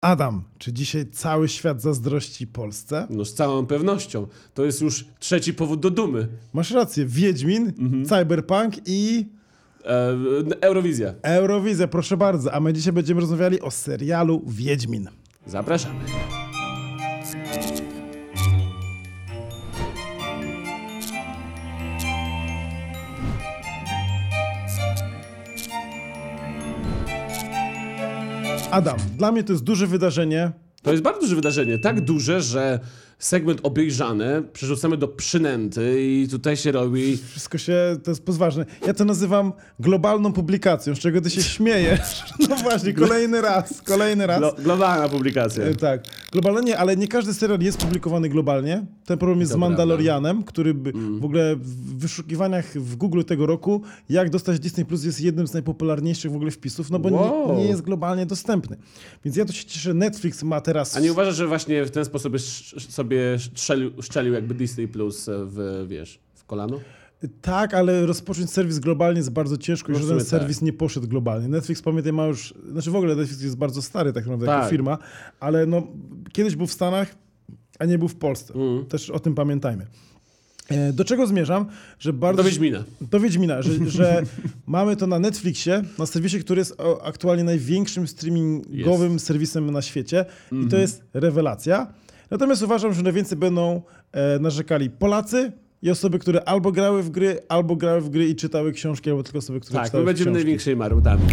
Adam, czy dzisiaj cały świat zazdrości Polsce? No z całą pewnością. To jest już trzeci powód do dumy. Masz rację, Wiedźmin, Cyberpunk i Eurowizja. Eurowizja, proszę bardzo. A my dzisiaj będziemy rozmawiali o serialu Wiedźmin. Zapraszamy. Adam, dla mnie to jest duże wydarzenie. To jest bardzo duże wydarzenie. Tak duże, że segment obejrzany przerzucamy do przynęty i tutaj się robi... Wszystko to jest poważne. Ja to nazywam globalną publikacją, z czego ty się śmiejesz. No właśnie, kolejny raz. Globalna publikacja. Tak, globalnie nie, ale nie każdy serial jest publikowany globalnie. Ten problem jest z Mandalorianem, który w ogóle w wyszukiwaniach w Google tego roku, jak dostać Disney Plus, jest jednym z najpopularniejszych w ogóle wpisów, no bo nie jest globalnie dostępny. Więc ja to się cieszę, Netflix ma teraz... A nie uważasz, że właśnie w ten sposób sobie szczelił jakby Disney Plus w kolano? Tak, ale rozpocząć serwis globalnie jest bardzo ciężko i żaden serwis nie poszedł globalnie. Netflix, pamiętaj, ma już... Znaczy w ogóle Netflix jest bardzo stary tak naprawdę jako firma, ale no kiedyś był w Stanach, a nie był w Polsce. Też o tym pamiętajmy. Do czego zmierzam? Że bardzo... Do Wiedźmina, że mamy to na Netflixie, na serwisie, który jest aktualnie największym streamingowym serwisem na świecie i to jest rewelacja. Natomiast uważam, że najwięcej będą narzekali Polacy i osoby, które albo grały w gry i czytały książki, albo tylko osoby, które czytały książki. Tak, my będziemy największymi marudami.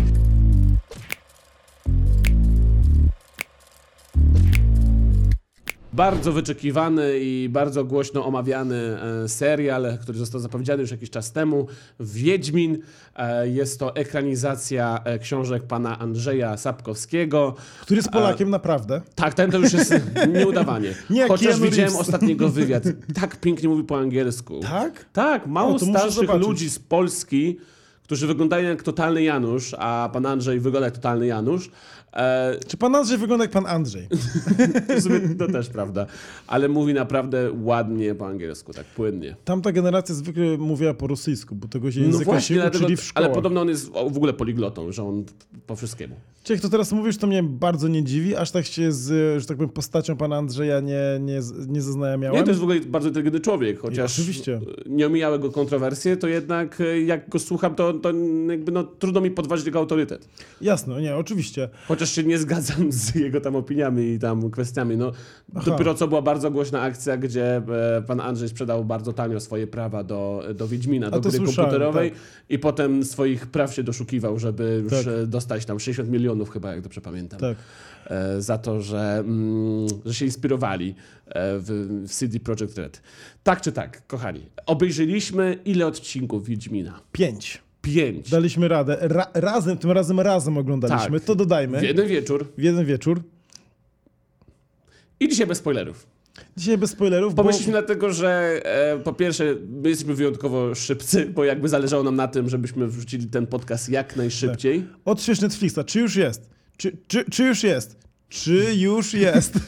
Bardzo wyczekiwany i bardzo głośno omawiany serial, który został zapowiedziany już jakiś czas temu. Wiedźmin. Jest to ekranizacja książek pana Andrzeja Sapkowskiego. Który jest Polakiem naprawdę. Tak, ten to już jest nieudawanie. Chociaż widziałem ostatniego wywiad. Tak pięknie mówi po angielsku. Tak? Tak, mało starszych ludzi z Polski, którzy wyglądają jak totalny Janusz, a pan Andrzej wygląda jak totalny Janusz. Czy pan Andrzej wygląda jak pan Andrzej? To też prawda. Ale mówi naprawdę ładnie po angielsku, tak płynnie. Tamta generacja zwykle mówiła po rosyjsku, bo tego języka się uczyli w szkole. Ale podobno on jest w ogóle poliglotą, że on po wszystkiemu. Jak to teraz mówisz, to mnie bardzo nie dziwi, aż tak się że tak powiem, postacią pana Andrzeja nie zaznajamiałem. Nie, to jest w ogóle bardzo inteligentny człowiek, chociaż oczywiście nie omijały go kontrowersje, to jednak jak go słucham, to jakby trudno mi podważyć jego autorytet. Jasne, nie, oczywiście. Chociaż się nie zgadzam z jego tam opiniami i tam kwestiami. Dopiero co była bardzo głośna akcja, gdzie pan Andrzej sprzedał bardzo tanio swoje prawa do Wiedźmina, do gry komputerowej i potem swoich praw się doszukiwał, żeby już dostać tam 60 milionów chyba, jak dobrze pamiętam. Tak. Za to, że się inspirowali w CD Projekt Red. Tak czy tak, kochani. Obejrzeliśmy ile odcinków Wiedźmina? 5. Daliśmy radę. Tym razem oglądaliśmy. Tak. To dodajmy. W jeden wieczór. I dzisiaj bez spoilerów. Pomyśleliśmy dlatego, że po pierwsze my jesteśmy wyjątkowo szybcy, bo jakby zależało nam na tym, żebyśmy wrzucili ten podcast jak najszybciej. Tak. Odśwież Netflixa. Czy już jest? Czy już jest? Czy już jest?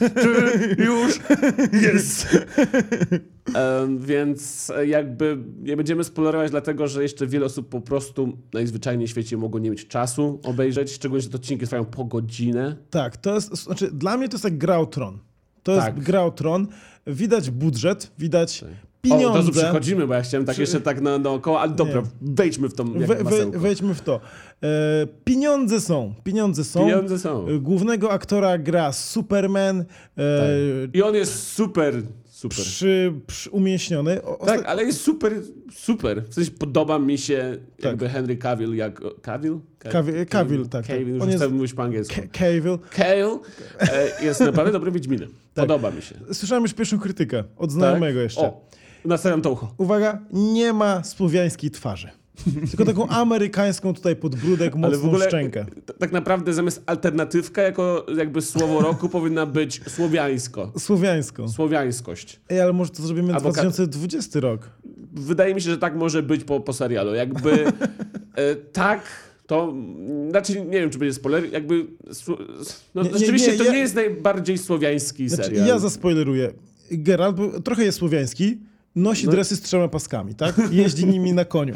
Więc jakby nie będziemy spoilerować, dlatego że jeszcze wiele osób po prostu najzwyczajniej w świecie mogło nie mieć czasu obejrzeć, szczególnie, że te odcinki trwają po godzinę. Tak, dla mnie to jest jak gra o Tron. Gra o Tron. Widać budżet, widać pieniądze. Od razu przechodzimy, bo ja chciałem tak jeszcze tak naokoło, ale dobra, wejdźmy w to wejdźmy w to. Pieniądze są. Głównego aktora gra Superman. I on jest super. Umięśniony. Tak, ale jest super. W sensie podoba mi się jakby Henry Cavill jak... Cavill, tak. Cavill, już chcę mówić po angielsku. Cavill jest naprawdę dobrym Wiedźminem. Podoba mi się. Słyszałem już pierwszą krytykę od znajomego jeszcze. Nastawiam to ucho. Uwaga, nie ma słowiańskiej twarzy. Tylko taką amerykańską tutaj podbródek, mocną w ogóle, szczękę. Tak naprawdę zamiast alternatywka jako jakby słowo roku powinna być słowiańskość. Ale może to zrobimy 2020 rok. Wydaje mi się, że tak może być po serialu. Jakby tak... To, znaczy nie wiem, czy będzie spoiler, jakby, rzeczywiście to nie jest najbardziej słowiański serial. Ja zaspoileruję. Geralt trochę jest słowiański, Nosi dresy z 3 paskami, tak? Jeździ nimi na koniu.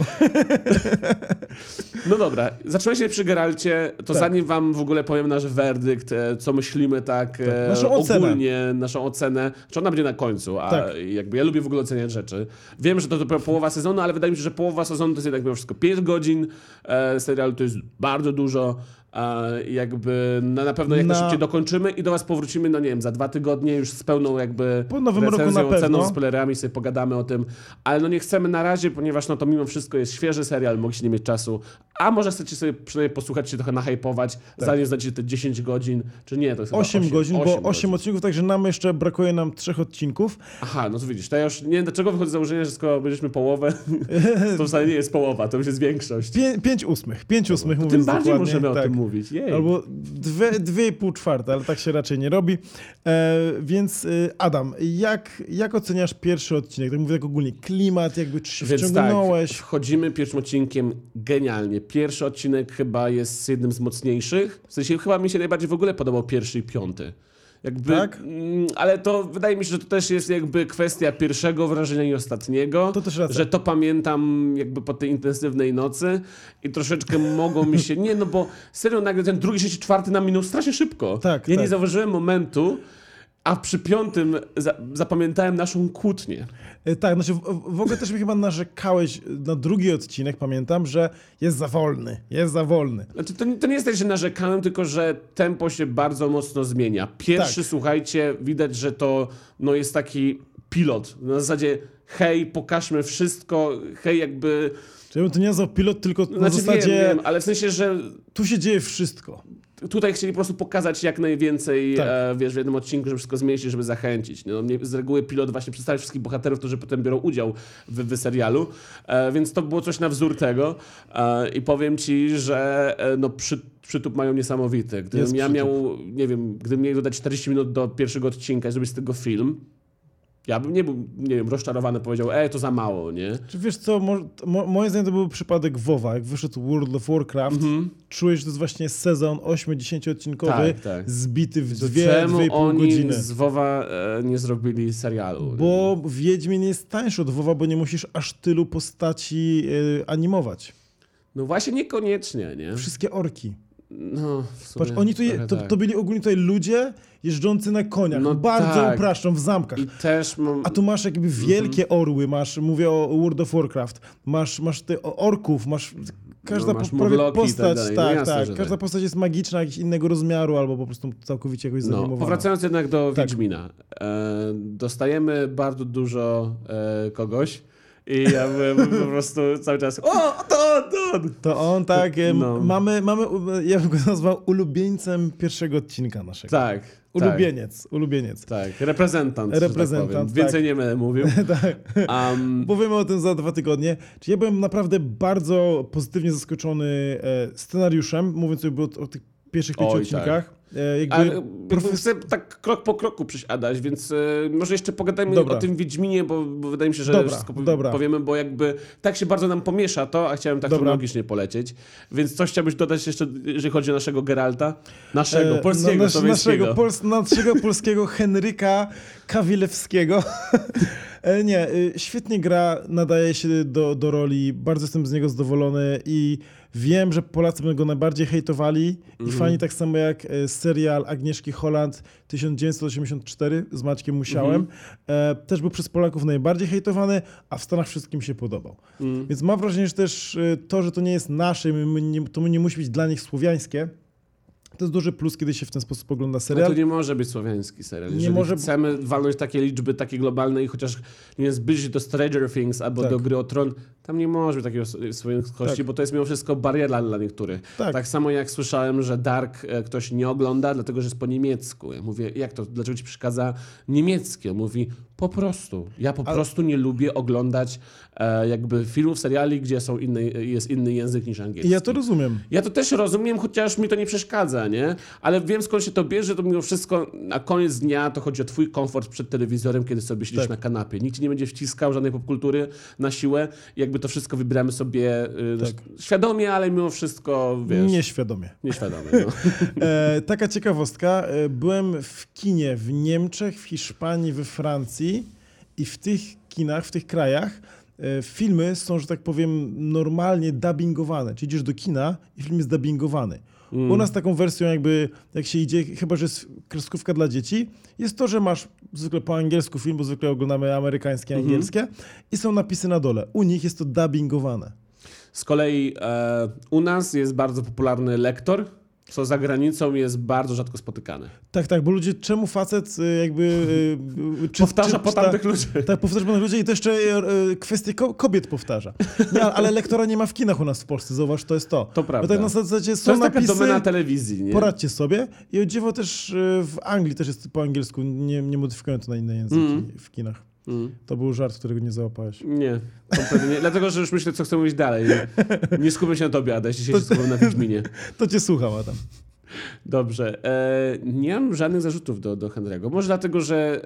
No dobra, zaczynamy się przy Geralcie, to zanim wam w ogóle powiem nasz werdykt, co myślimy naszą ogólnie, naszą ocenę, czy ona będzie na końcu, a jakby ja lubię w ogóle oceniać rzeczy. Wiem, że to dopiero połowa sezonu, ale wydaje mi się, że połowa sezonu to jest jednak mimo wszystko 5 godzin, serialu to jest bardzo dużo. Jakby na pewno jak najszybciej dokończymy i do was powrócimy, no nie wiem, za 2 tygodnie już z pełną jakby po nowym roku na pewno. Oceną, spoilerami sobie pogadamy o tym, ale no nie chcemy na razie, ponieważ no to mimo wszystko jest świeży serial, mogliście nie mieć czasu, a może chcecie sobie przynajmniej posłuchać się trochę nahypować, zanim znacie te 10 godzin, czy nie, to jest 8 godzin, bo 8 odcinków, także brakuje nam 3 odcinków. Aha, no to widzisz, to ja już nie wiem, dlaczego wychodzi z założenia, że skoro będziemy połowę, to wcale nie jest połowa, to już jest większość. 5 ósmych, mówiąc tym bardziej dokładnie. możemy o tym mówić. Jej. Albo 2,5/4, ale tak się raczej nie robi. Więc Adam, jak oceniasz pierwszy odcinek? Tak mówię tak ogólnie, klimat, jakby czy się wciągnąłeś? Tak, wchodzimy pierwszym odcinkiem genialnie. Pierwszy odcinek chyba jest jednym z mocniejszych. W sensie chyba mi się najbardziej w ogóle podobał 1. i 5. Tak? Ale to wydaje mi się, że to też jest jakby kwestia pierwszego wrażenia i ostatniego. To też racja. Że to pamiętam jakby po tej intensywnej nocy i troszeczkę mogło mi się... Nie, no bo serio nagle ten 2., 3., 4. nam minął strasznie szybko. Ja nie zauważyłem momentu, a przy 5. zapamiętałem naszą kłótnię. Tak, znaczy w ogóle też mi chyba narzekałeś na 2. odcinek, pamiętam, że jest za wolny. Znaczy to nie jest tak, że narzekałem, tylko że tempo się bardzo mocno zmienia. Pierwszy, słuchajcie, widać, że to jest taki pilot. Na zasadzie hej, pokażmy wszystko, hej jakby... Czyli to nie nazwał pilot, tylko na zasadzie... Wiem, ale w sensie, że... Tu się dzieje wszystko. Tutaj chcieli po prostu pokazać jak najwięcej, wiesz, w jednym odcinku, żeby wszystko zmieścić, żeby zachęcić. No, z reguły pilot właśnie przedstawia wszystkich bohaterów, którzy potem biorą udział w serialu, więc to było coś na wzór tego i powiem ci, że przytup mają niesamowity. Gdybym ja miał, nie wiem, gdybym miał dodać 40 minut do pierwszego odcinka, żeby z tego film, ja bym nie był, nie wiem, rozczarowany, powiedział, to za mało, nie? Czy wiesz co, moim zdaniem to był przypadek WoWa, jak wyszedł World of Warcraft, czułeś, że to jest właśnie sezon 8-10 odcinkowy, zbity w 2,5 godziny. Z WoWa nie zrobili serialu? Bo Wiedźmin jest tańszy od WoWa, bo nie musisz aż tylu postaci animować. No właśnie niekoniecznie, nie? Wszystkie orki. No, w sumie patrz, oni to byli ogólnie tutaj ludzie jeżdżący na koniach, bardzo upraszczą w zamkach. I też a tu masz jakby wielkie orły, mówię o World of Warcraft, masz te orków, każda prawie postać, każda postać jest magiczna, jakiegoś innego rozmiaru, albo po prostu całkowicie jakoś zanimowana. Powracając jednak do Wiedźmina, dostajemy bardzo dużo kogoś. I ja byłem po prostu cały czas To on, tak. Mamy, ja bym go nazwał ulubieńcem pierwszego odcinka naszego. Tak. Ulubieniec. Tak, reprezentant. Tak. Więcej nie będę mówił. Tak. Powiemy o tym za 2 tygodnie. Czyli ja byłem naprawdę bardzo pozytywnie zaskoczony scenariuszem, mówiąc sobie o tych pierwszych 5 odcinkach. Chcę tak krok po kroku przyjść, Adaś, więc może jeszcze pogadajmy o tym Wiedźminie, bo wydaje mi się, że wszystko powiemy, bo jakby tak się bardzo nam pomiesza to, a chciałem tak chronologicznie polecieć. Więc coś chciałbyś dodać jeszcze, jeżeli chodzi o naszego Geralta? Naszego, polskiego, naszego polskiego Henryka Kawilewskiego. Nie, świetnie gra, nadaje się do roli, bardzo jestem z niego zadowolony i wiem, że Polacy będą go najbardziej hejtowali i fani tak samo jak serial Agnieszki Holland 1984 z Maćkiem Musiałem. Też był przez Polaków najbardziej hejtowany, a w Stanach wszystkim się podobał. Więc mam wrażenie, że też to, że to nie jest nasze, to nie musi być dla nich słowiańskie. To jest duży plus, kiedy się w ten sposób ogląda serial. No to nie może być słowiański serial. Jeżeli chcemy walnąć takie liczby, takie globalne i chociaż nie zbliżyć się do Stranger Things albo do Gry o Tron, tam nie może być takiej słowiańskości, bo to jest mimo wszystko bariera dla niektórych. Tak samo jak słyszałem, że Dark ktoś nie ogląda, dlatego że jest po niemiecku. Ja mówię, jak to? Dlaczego ci przeszkadza niemieckie? On mówi, po prostu. Ja po prostu nie lubię oglądać jakby filmów, seriali, gdzie jest inny język niż angielski. Ja to rozumiem. Ja to też rozumiem, chociaż mi to nie przeszkadza, nie? Ale wiem, skąd się to bierze, to mimo wszystko na koniec dnia to chodzi o twój komfort przed telewizorem, kiedy sobie siedzisz na kanapie. Nikt ci nie będzie wciskał żadnej popkultury na siłę. Jakby to wszystko wybieramy sobie świadomie, ale mimo wszystko, wiesz... Nieświadomie. No. Taka ciekawostka. Byłem w kinie w Niemczech, w Hiszpanii, we Francji i w tych kinach, w tych krajach filmy są, że tak powiem, normalnie dubbingowane. Czyli idziesz do kina i film jest dubbingowany. U nas taką wersją jakby, jak się idzie, chyba że jest kreskówka dla dzieci, jest to, że masz zwykle po angielsku film, bo zwykle oglądamy amerykańskie, angielskie i są napisy na dole. U nich jest to dubbingowane. Z kolei u nas jest bardzo popularny lektor, co za granicą jest bardzo rzadko spotykane. Tak, bo ludzie, czemu facet jakby... powtarza po tamtych ludziach. Tak, powtarza po tamtych ludziach i to jeszcze kwestię kobiet powtarza. Nie, ale lektora nie ma w kinach u nas w Polsce, zauważ, to jest to. To prawda. Bo tak na zasadzie są to jest napisy, taka domena telewizji, nie? Poradźcie sobie. I o dziwo też w Anglii też jest po angielsku, nie modyfikują to na inne języki w kinach. To był żart, którego nie załapałeś. Nie, kompletnie nie. Dlatego, że już myślę, co chcę mówić dalej. Nie skupię się na tobie, Adaś, dzisiaj się skupię na Wiedźminie. To cię słucham, Adam. Dobrze. Nie mam żadnych zarzutów do Henry'ego. Może dlatego, że...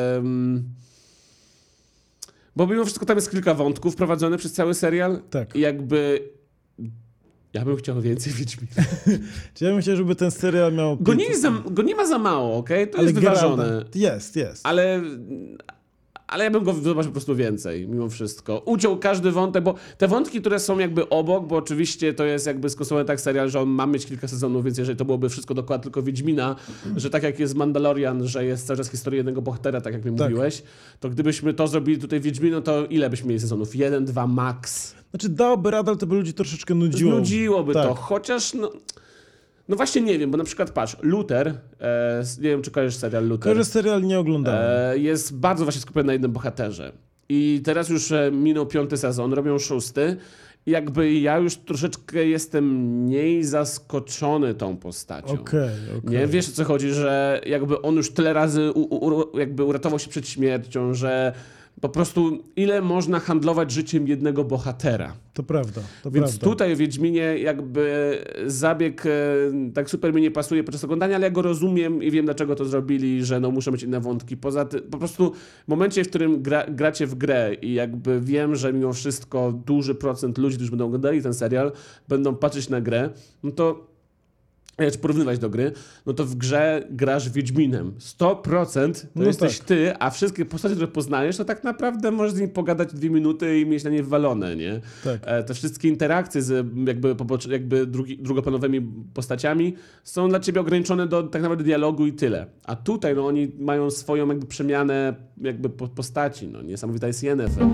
bo mimo wszystko tam jest kilka wątków prowadzonych przez cały serial. Tak. I jakby... Ja bym chciał więcej Wiedźmina. Ja bym chciał, żeby ten serial miał... Go nie ma za mało, okej? To jest wyważone. Jest. Ale ja bym go zobaczył po prostu więcej, mimo wszystko. Uciął każdy wątek, bo te wątki, które są jakby obok, bo oczywiście to jest jakby skosowany tak serial, że on ma mieć kilka sezonów, więc jeżeli to byłoby wszystko dokładnie tylko Wiedźmina, że tak jak jest Mandalorian, że jest cały czas historia jednego bohatera, tak jak mi mówiłeś, to gdybyśmy to zrobili tutaj Wiedźminu, to ile byśmy mieli sezonów? 1, 2 max. Znaczy dałoby radę, ale to by ludzi troszeczkę nudziło. Nudziłoby to, chociaż no właśnie nie wiem, bo na przykład patrz, Luther, nie wiem czy kojarzysz serial Luther. Kojarzę serial, nie oglądałem. Jest bardzo właśnie skupiony na jednym bohaterze. I teraz już minął 5. sezon, robią 6. I jakby ja już troszeczkę jestem mniej zaskoczony tą postacią. Okej. Nie wiesz o co chodzi, że jakby on już tyle razy jakby uratował się przed śmiercią, że po prostu ile można handlować życiem jednego bohatera. To prawda. Więc tutaj w Wiedźminie jakby zabieg tak super mi nie pasuje podczas oglądania, ale ja go rozumiem i wiem dlaczego to zrobili, że muszą być inne wątki. Poza tym po prostu w momencie, w którym gracie w grę i jakby wiem, że mimo wszystko duży procent ludzi, którzy będą oglądali ten serial, będą patrzeć na grę, no to czy porównywać do gry, no to w grze grasz Wiedźminem. 100% to jesteś ty, a wszystkie postacie, które poznajesz, to tak naprawdę możesz z nimi pogadać 2 minuty i mieć na nie wywalone, nie? Tak. Te wszystkie interakcje z jakby drugoplanowymi postaciami są dla ciebie ograniczone do tak naprawdę dialogu i tyle. A tutaj no oni mają swoją jakby przemianę jakby postaci. No niesamowita jest Yennefer.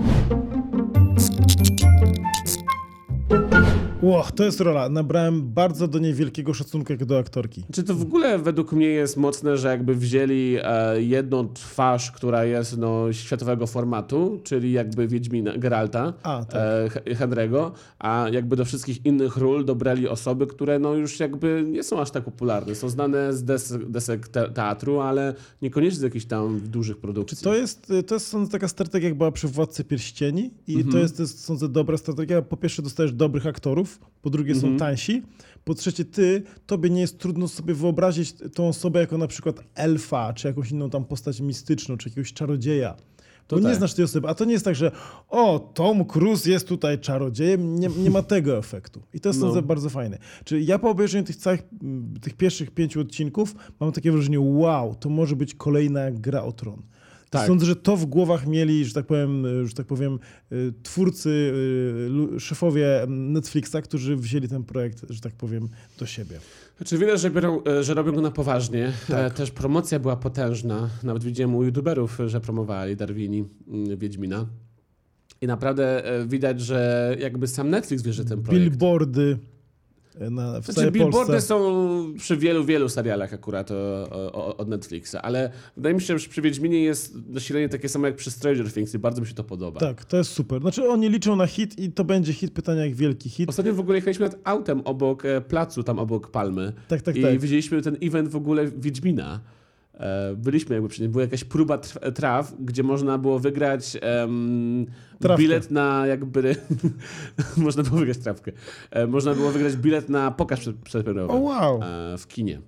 To jest rola. Nabrałem bardzo do niej wielkiego szacunku jak do aktorki. Czy to w ogóle według mnie jest mocne, że jakby wzięli jedną twarz, która jest światowego formatu, czyli jakby Wiedźmina, Geralta, Henry'ego, a jakby do wszystkich innych ról dobrali osoby, które już jakby nie są aż tak popularne. Są znane z desek teatru, ale niekoniecznie z jakichś tam dużych produkcji. To jest sądzę taka strategia, jak była przy Władcy Pierścieni i to jest sądzę dobra strategia. Po pierwsze dostajesz dobrych aktorów, po drugie są tańsi, po trzecie tobie nie jest trudno sobie wyobrazić tą osobę jako na przykład elfa, czy jakąś inną tam postać mistyczną, czy jakiegoś czarodzieja. Bo nie znasz tej osoby, a to nie jest tak, że Tom Cruise jest tutaj czarodziejem, nie ma tego efektu. I to jest sądzę bardzo fajne. Czyli ja po obejrzeniu tych pierwszych 5 odcinków mam takie wrażenie, wow, to może być kolejna Gra o Tron. Tak. Sądzę, że to w głowach mieli, że tak powiem, twórcy, szefowie Netflixa, którzy wzięli ten projekt, że tak powiem, do siebie. Znaczy widać, że robią go na poważnie. Tak. Też promocja była potężna. Nawet widziałem u youtuberów, że promowali Darwini Wiedźmina. I naprawdę widać, że jakby sam Netflix wierzy ten projekt. Billboardy. Billboardy są przy wielu serialach akurat od Netflixa, ale wydaje mi się, że przy Wiedźminie jest nasilenie takie samo jak przy Stranger Things i bardzo mi się to podoba. Tak, to jest super. Znaczy oni liczą na hit i to będzie hit, pytania jak wielki hit. Ostatnio w ogóle jechaliśmy nad autem obok placu, tam obok Palmy. Tak. I widzieliśmy ten event w ogóle Wiedźmina. Byliśmy jakby przy nim. Była jakaś próba traw, gdzie można było wygrać bilet na jakby... można było wygrać trawkę. Można było wygrać bilet na pokaz przedpremierowy wow. w kinie.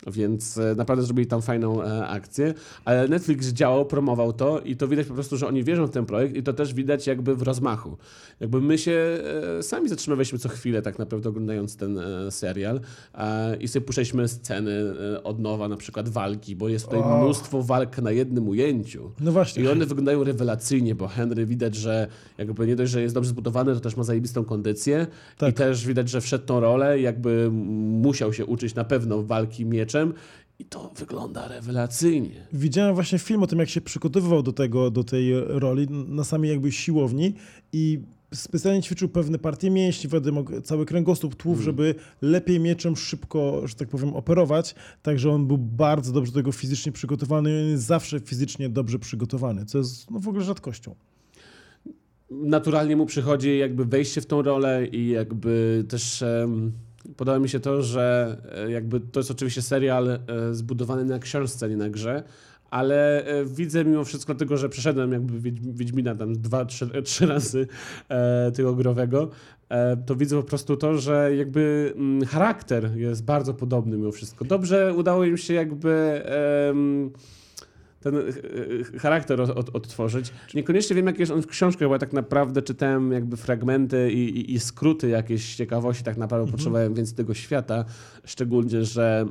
Więc naprawdę zrobili tam fajną akcję, ale Netflix działał, promował to i to widać po prostu, że oni wierzą w ten projekt i to też widać jakby w rozmachu. Jakby my się sami zatrzymywaliśmy co chwilę tak naprawdę oglądając ten serial i sobie puszczaliśmy sceny od nowa, na przykład walki, bo jest tutaj mnóstwo walk na jednym ujęciu. No właśnie. I one wyglądają rewelacyjnie, bo Henry widać, że jakby nie dość, że jest dobrze zbudowany, to też ma zajebistą kondycję i też widać, że wszedł tą rolę i jakby musiał się uczyć na pewno walki mieczem i to wygląda rewelacyjnie. Widziałem właśnie film o tym, jak się przygotowywał do tej roli na samej jakby siłowni i specjalnie ćwiczył pewne partie mięśni, wiadomo, cały kręgosłup, tłów, żeby lepiej mieczem szybko, że tak powiem, operować. Także on był bardzo dobrze do tego fizycznie przygotowany i on jest zawsze fizycznie dobrze przygotowany, co jest w ogóle rzadkością. Naturalnie mu przychodzi jakby wejście w tą rolę i jakby też podoba mi się to, że jakby to jest oczywiście serial zbudowany na książce, nie na grze, ale widzę mimo wszystko tego, że przeszedłem jakby Wiedźmina tam 2-3 razy tego growego, to widzę po prostu to, że jakby charakter jest bardzo podobny mimo wszystko. Dobrze udało im się jakby ten charakter odtworzyć. Niekoniecznie wiem, jaki jest on w książkach, bo ja tak naprawdę czytałem jakby fragmenty i skróty jakieś ciekawości, tak naprawdę potrzebowałem więcej tego świata, szczególnie, że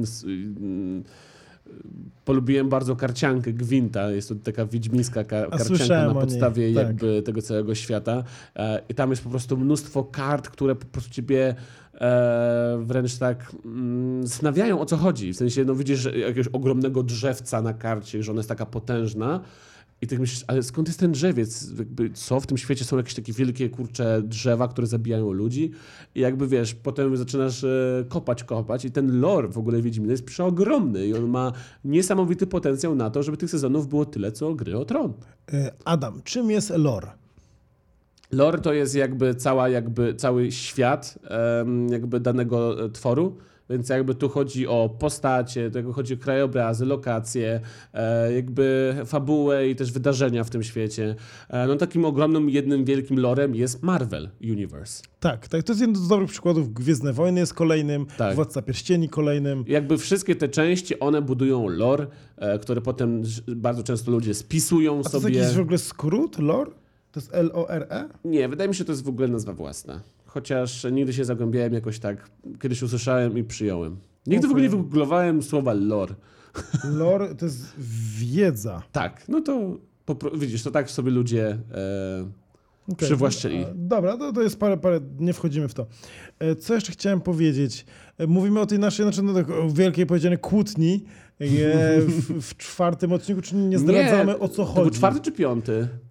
polubiłem bardzo karciankę Gwinta, jest to taka wiedźmińska karcianka na podstawie jakby tego całego świata i tam jest po prostu mnóstwo kart, które po prostu ciebie wręcz tak zastanawiają, o co chodzi. W sensie, no widzisz jakiegoś ogromnego drzewca na karcie, że ona jest taka potężna i ty myślisz, ale skąd jest ten drzewiec? Jakby co? W tym świecie są jakieś takie wielkie, kurcze drzewa, które zabijają ludzi i jakby wiesz, potem zaczynasz kopać i ten lore w ogóle Wiedźmina jest przeogromny i on ma niesamowity potencjał na to, żeby tych sezonów było tyle, co Gry o Tron. Adam, czym jest lore? Lore to jest jakby cały świat jakby danego tworu, więc jakby tu chodzi o postacie, tu chodzi o krajobrazy, lokacje, jakby fabułę i też wydarzenia w tym świecie. No takim ogromnym, jednym wielkim lorem jest Marvel Universe. Tak, to jest jeden z dobrych przykładów. Gwiezdne Wojny jest kolejnym, Władca Pierścieni kolejnym. Jakby wszystkie te części, one budują lore, które potem bardzo często ludzie spisują sobie. To jest jakiś w ogóle skrót lore? To jest L-O-R-E? Nie, wydaje mi się, że to jest w ogóle nazwa własna. Chociaż nigdy się zagłębiałem jakoś tak. Kiedyś usłyszałem i przyjąłem. Nigdy w ogóle nie wygooglowałem słowa lore. Lore to jest wiedza. Tak, no to widzisz, to tak sobie ludzie przywłaszczyli. Dobra, to jest parę, nie wchodzimy w to. Co jeszcze chciałem powiedzieć? Mówimy o tej naszej, wielkiej powiedzianej kłótni w 4. odcinku, czyli nie zdradzamy o co chodzi. To był 4. czy 5?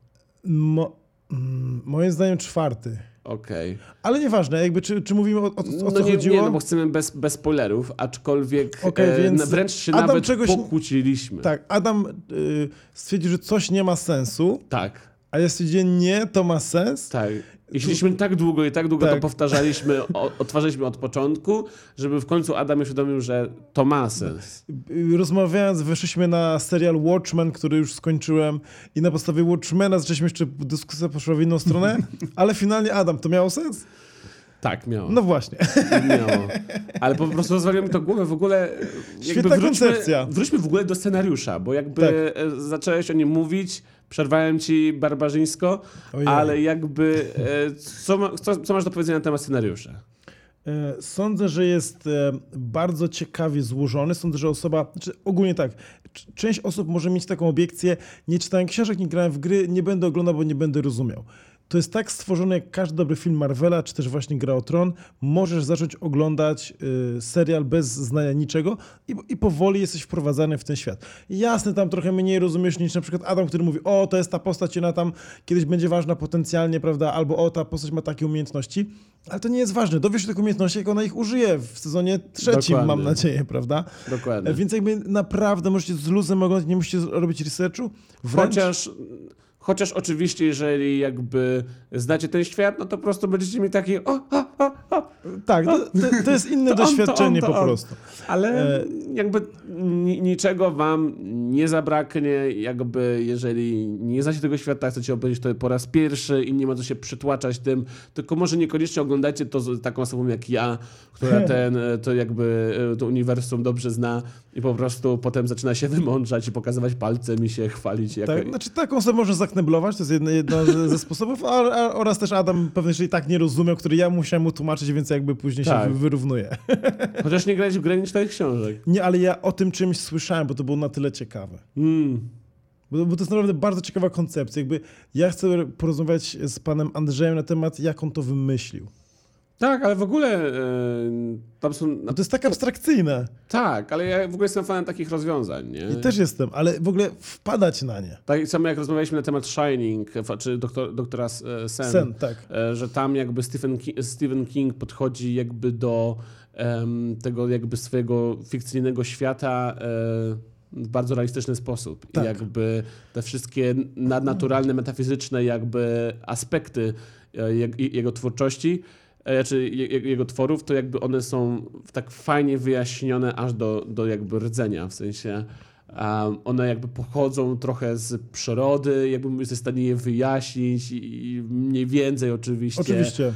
Moim zdaniem 4. Okej. Ale nieważne, jakby czy mówimy o co chodziło? Nie, no bo chcemy bez spoilerów, aczkolwiek więc wręcz się Adam nawet pokłóciliśmy. Tak, Adam stwierdził, że coś nie ma sensu. Tak. A ja stwierdziłem, nie, to ma sens. Tak. I szliśmy tak długo to powtarzaliśmy, odtwarzaliśmy od początku, żeby w końcu Adam uświadomił, że to ma sens. Rozmawiając, weszliśmy na serial Watchmen, który już skończyłem i na podstawie Watchmena zaczęliśmy jeszcze dyskusja poszła w inną stronę, ale finalnie Adam, to miało sens? Tak, miało. No właśnie. Miało. Ale po prostu rozwaliło mi to głowę w ogóle. Świetna koncepcja. Wróćmy w ogóle do scenariusza, bo jakby zacząłeś o nim mówić, przerwałem ci barbarzyńsko, ale jakby co masz do powiedzenia na temat scenariusza? Sądzę, że jest bardzo ciekawie złożony. Sądzę, że ogólnie tak, część osób może mieć taką obiekcję, nie czytałem książek, nie grałem w gry, nie będę oglądał, bo nie będę rozumiał. To jest tak stworzone jak każdy dobry film Marvela, czy też właśnie Gra o Tron. Możesz zacząć oglądać serial bez znania niczego i powoli jesteś wprowadzany w ten świat. Jasne, tam trochę mniej rozumiesz niż na przykład Adam, który mówi, o, to jest ta postać, ona tam kiedyś będzie ważna potencjalnie, prawda, albo o, ta postać ma takie umiejętności, ale to nie jest ważne. Dowiesz się tych umiejętności, jak ona ich użyje w sezonie 3, Dokładnie. Mam nadzieję, prawda? Dokładnie. Więc jakby naprawdę możecie z luzem oglądać, nie musicie robić researchu. Chociaż oczywiście, jeżeli jakby znacie ten świat, no to po prostu będziecie mieli taki Tak, to jest inne doświadczenie po prostu. Ale jakby niczego wam nie zabraknie, jakby jeżeli nie znacie tego świata, chcecie obejrzeć to po raz pierwszy i nie ma co się przytłaczać tym, tylko może niekoniecznie oglądajcie to z taką osobą jak ja, która to uniwersum dobrze zna i po prostu potem zaczyna się wymądrzać i pokazywać palcem i się chwalić. Tak, znaczy taką osobę można zakneblować, to jest jedno ze sposobów, oraz też Adam pewnie, jeżeli tak nie rozumiał, który ja musiałem mu tłumaczyć, więc jakby później się wyrównuje. Chociaż nie grać w grę, nie czytać książek. Nie, ale ja o tym czymś słyszałem, bo to było na tyle ciekawe. Bo to jest naprawdę bardzo ciekawa koncepcja. Jakby ja chcę porozmawiać z panem Andrzejem na temat, jak on to wymyślił. Tak, ale w ogóle tam są... No to jest tak abstrakcyjne. Tak, ale ja w ogóle jestem fanem takich rozwiązań, nie? I też jestem, ale w ogóle wpadać na nie. Tak samo jak rozmawialiśmy na temat Shining, czy doktora Sen, tak. Że tam jakby Stephen King podchodzi jakby do tego jakby swojego fikcyjnego świata w bardzo realistyczny sposób. Tak. I jakby te wszystkie nadnaturalne, metafizyczne jakby aspekty jego twórczości, czy jego tworów, to jakby one są tak fajnie wyjaśnione aż do jakby rdzenia, w sensie one jakby pochodzą trochę z przyrody, jakby jesteś w stanie je wyjaśnić i mniej więcej oczywiście.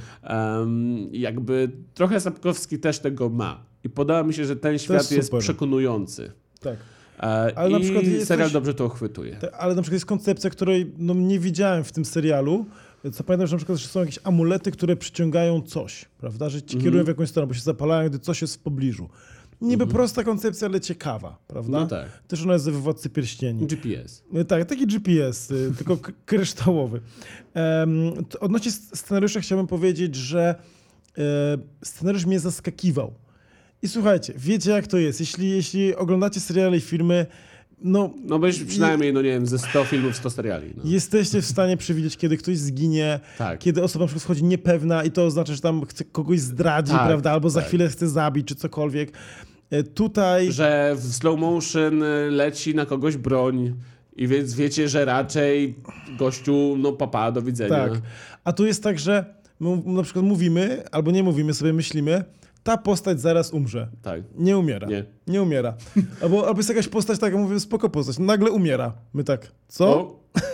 Jakby trochę Sapkowski też tego ma. I podoba mi się, że ten świat jest przekonujący. Tak. Ale na przykład serial dobrze to uchwytuje. Ale na przykład jest koncepcja, której nie widziałem w tym serialu. Co pamiętam, że na przykład są jakieś amulety, które przyciągają coś, prawda? Że ci kierują w jakąś stronę, bo się zapalają, gdy coś jest w pobliżu. Niby prosta koncepcja, ale ciekawa, prawda? No tak. Też ona jest we Władcy Pierścieni. GPS. Tak, taki GPS, tylko kryształowy. Odnośnie scenariusza chciałbym powiedzieć, że scenariusz mnie zaskakiwał. I słuchajcie, wiecie jak to jest. Jeśli oglądacie seriale i filmy, no byś przynajmniej, nie wiem, ze 100 filmów, 100 seriali. No. Jesteście w stanie przewidzieć, kiedy ktoś zginie, kiedy osoba na przykład schodzi niepewna i to oznacza, że tam chce kogoś zdradzić, prawda, albo za chwilę chce zabić, czy cokolwiek. Tutaj... Że w slow motion leci na kogoś broń i więc wiecie, że raczej gościu, papa, do widzenia. Tak, a tu jest tak, że my na przykład mówimy, albo nie mówimy, sobie myślimy, ta postać zaraz umrze. Tak. Nie umiera. Nie umiera. Albo jest jakaś postać, taka mówię, spoko postać, nagle umiera. My tak, co?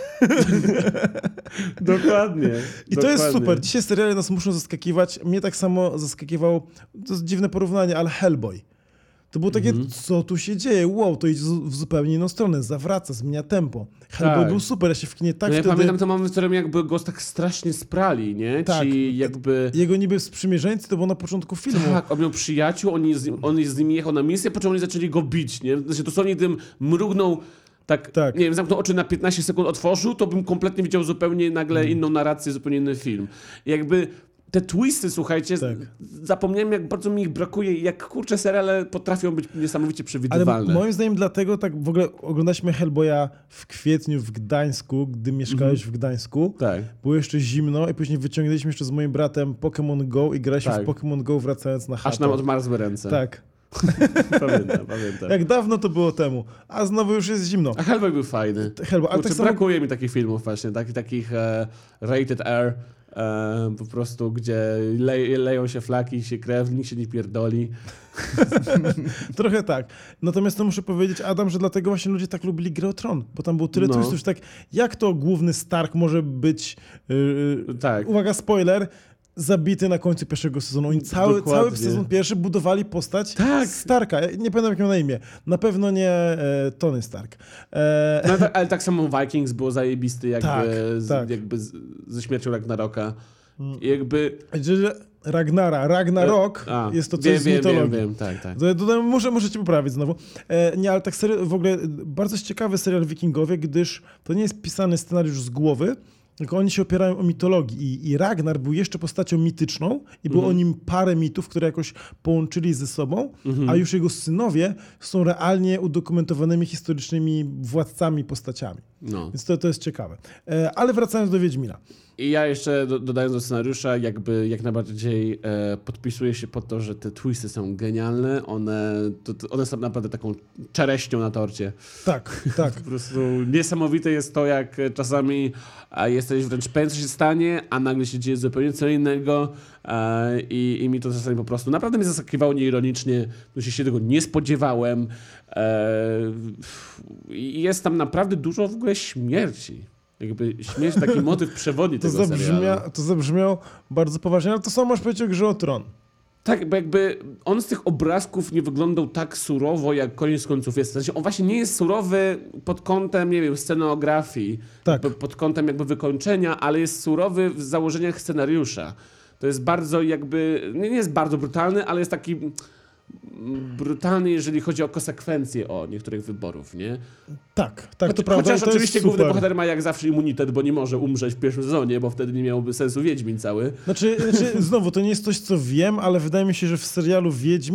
Dokładnie. I to jest super. Dzisiaj seriale nas muszą zaskakiwać. Mnie tak samo zaskakiwało, to jest dziwne porównanie, ale Hellboy. To było takie, co tu się dzieje? Wow, to idzie w zupełnie inną stronę, zawraca, zmienia tempo. Hellboy był super, ja się w kinie wtedy... Ja pamiętam to moment, w którym jakby go tak strasznie sprali, nie? Tak. Ci jakby... Jego niby sprzymierzeńcy to było na początku filmu. Tak, on miał przyjaciół, on z nimi jechał na misję, po czym oni zaczęli go bić, nie? Znaczy dosłownie tym mrugnął, tak, nie wiem, zamknął oczy na 15 sekund, otworzył, to bym kompletnie widział zupełnie nagle inną narrację, zupełnie inny film. Jakby... Te twisty, słuchajcie, zapomniałem, jak bardzo mi ich brakuje i jak, kurczę, seriale potrafią być niesamowicie przewidywalne. Ale moim zdaniem dlatego tak w ogóle oglądaliśmy Hellboya w kwietniu w Gdańsku, gdy mieszkałeś w Gdańsku. Tak. Było jeszcze zimno i później wyciągnęliśmy jeszcze z moim bratem Pokémon Go i graliśmy w Pokémon Go wracając na chatę. Aż nam odmarzły ręce. Tak. Pamiętam. Jak dawno to było temu. A znowu już jest zimno. A Hellboy był fajny. Ale tak samo... Brakuje mi takich filmów właśnie, takich rated R. Po prostu, gdzie leją się flaki, się krew, nikt się nie pierdoli. Trochę tak. Natomiast to muszę powiedzieć, Adam, że dlatego właśnie ludzie tak lubili Grę o Tron, bo tam było tyle twistów, że tak, jak to główny Stark może być, uwaga, spoiler, zabity na końcu pierwszego sezonu. Oni cały sezon pierwszy budowali postać Starka. Ja nie pamiętam, jak miał na imię. Na pewno nie Tony Stark. Ale tak samo Vikings było zajebisty jakby ze śmiercią Ragnaroka. Jakby... Ragnarok jest to coś z mitologii. Wiem, tak. Muszę cię poprawić znowu. Nie, ale tak w ogóle bardzo ciekawy serial Wikingowie, gdyż to nie jest pisany scenariusz z głowy, tylko oni się opierają o mitologii i Ragnar był jeszcze postacią mityczną i było o nim parę mitów, które jakoś połączyli ze sobą, a już jego synowie są realnie udokumentowanymi historycznymi władcami, postaciami. No. Więc to jest ciekawe. Ale wracając do Wiedźmina. I ja jeszcze dodając do scenariusza, jakby jak najbardziej podpisuję się pod to, że te twisty są genialne. One są naprawdę taką czereścią na torcie. Tak. Po prostu niesamowite jest to, jak czasami jesteś wręcz pewien, co się stanie, a nagle się dzieje zupełnie co innego i mi to czasami po prostu naprawdę mnie zaskakiwało nieironicznie, bo się tego nie spodziewałem. I jest tam naprawdę dużo w ogóle śmierci. Jakby śmierć, taki motyw przewodni tego serialu. To zabrzmiało bardzo poważnie, ale to samo masz powiedzieć o Grze o Tron. Tak, bo jakby on z tych obrazków nie wyglądał tak surowo, jak koniec końców jest. Znaczy, on właśnie nie jest surowy pod kątem, nie wiem, scenografii, pod kątem jakby wykończenia, ale jest surowy w założeniach scenariusza. To jest bardzo jakby, nie jest bardzo brutalny, ale jest taki brutalny, jeżeli chodzi o konsekwencje niektórych wyborów, nie? Tak, to prawda. Chociaż oczywiście główny bohater ma jak zawsze immunitet, bo nie może umrzeć w pierwszym sezonie, bo wtedy nie miałoby sensu Wiedźmin cały. Znaczy znowu, to nie jest coś, co wiem, ale wydaje mi się, że w serialu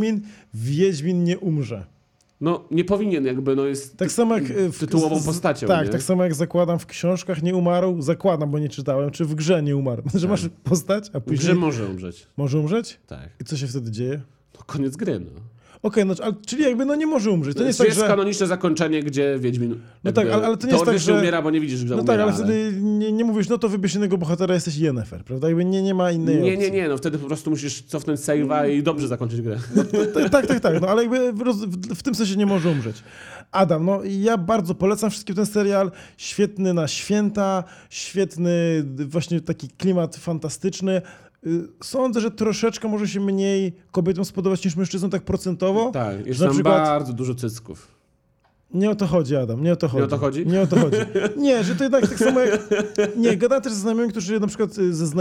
Wiedźmin nie umrze. No, nie powinien jakby, jest tak samo jak tytułową postacią. Tak, nie? Tak samo jak zakładam w książkach nie umarł, bo nie czytałem, czy w grze nie umarł. Że masz postać, a później... W grze może umrzeć. Może umrzeć? Tak. I co się wtedy dzieje? No, koniec gry, Okej, czyli jakby nie może umrzeć. To nie jest kanoniczne zakończenie, gdzie Wiedźmin ale to nie jest tak, że umiera, bo nie widzisz, że umiera. Tak, ale wtedy nie mówisz, to wybierz innego bohatera, jesteś Yennefer, prawda? Jakby nie ma innej opcji. Nie, wtedy po prostu musisz cofnąć save'a i dobrze zakończyć grę. Tak, ale jakby w tym sensie nie może umrzeć. Adam, ja bardzo polecam wszystkim ten serial. Świetny na święta, świetny właśnie taki klimat fantastyczny. Sądzę, że troszeczkę może się mniej kobietom spodobać niż mężczyznom, tak procentowo. Tak, jest tam bardzo dużo cycków. Nie o to chodzi, Adam, nie o to chodzi. Nie o to chodzi? Nie o to chodzi. Nie, że to jednak tak samo jak... Nie, gadam też ze znajomymi, którzy na przykład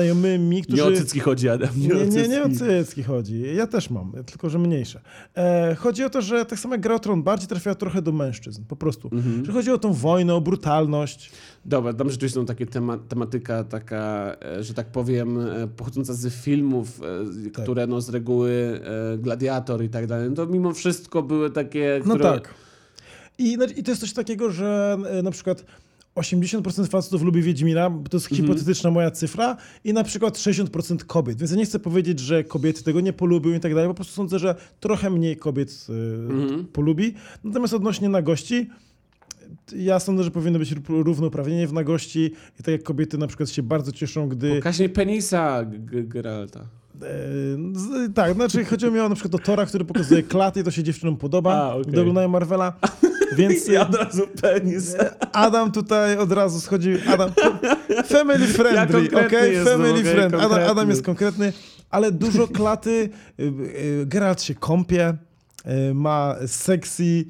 Nie o cycki chodzi, Adam. Nie o cycki chodzi. Ja też mam, tylko że mniejsze. Chodzi o to, że tak samo jak Gra o Tron bardziej trafia trochę do mężczyzn, po prostu. Że chodzi o tą wojnę, o brutalność. Dobra, tam rzeczywiście są takie tematyka taka, że tak powiem, pochodząca z filmów, które z reguły Gladiator i tak dalej. To mimo wszystko były takie, które... No tak. I to jest coś takiego, że na przykład 80% facetów lubi Wiedźmina, to jest hipotetyczna moja cyfra, i na przykład 60% kobiet. Więc ja nie chcę powiedzieć, że kobiety tego nie polubią i tak dalej, po prostu sądzę, że trochę mniej kobiet polubi. Natomiast odnośnie nagości, ja sądzę, że powinno być równouprawnienie w nagości i tak jak kobiety na przykład się bardzo cieszą, gdy... Pokaż mi penisa Geralta. Tak, znaczy chodziło mi o na przykład o Tora, który pokazuje klaty i to się dziewczynom podoba, gdy oglądają Marvela. Więc ja od razu penis. Adam tutaj od razu schodzi. Family friendly, okej? Family friendly. Adam jest konkretny, ale dużo klaty. Geralt się kąpie. Ma sexy,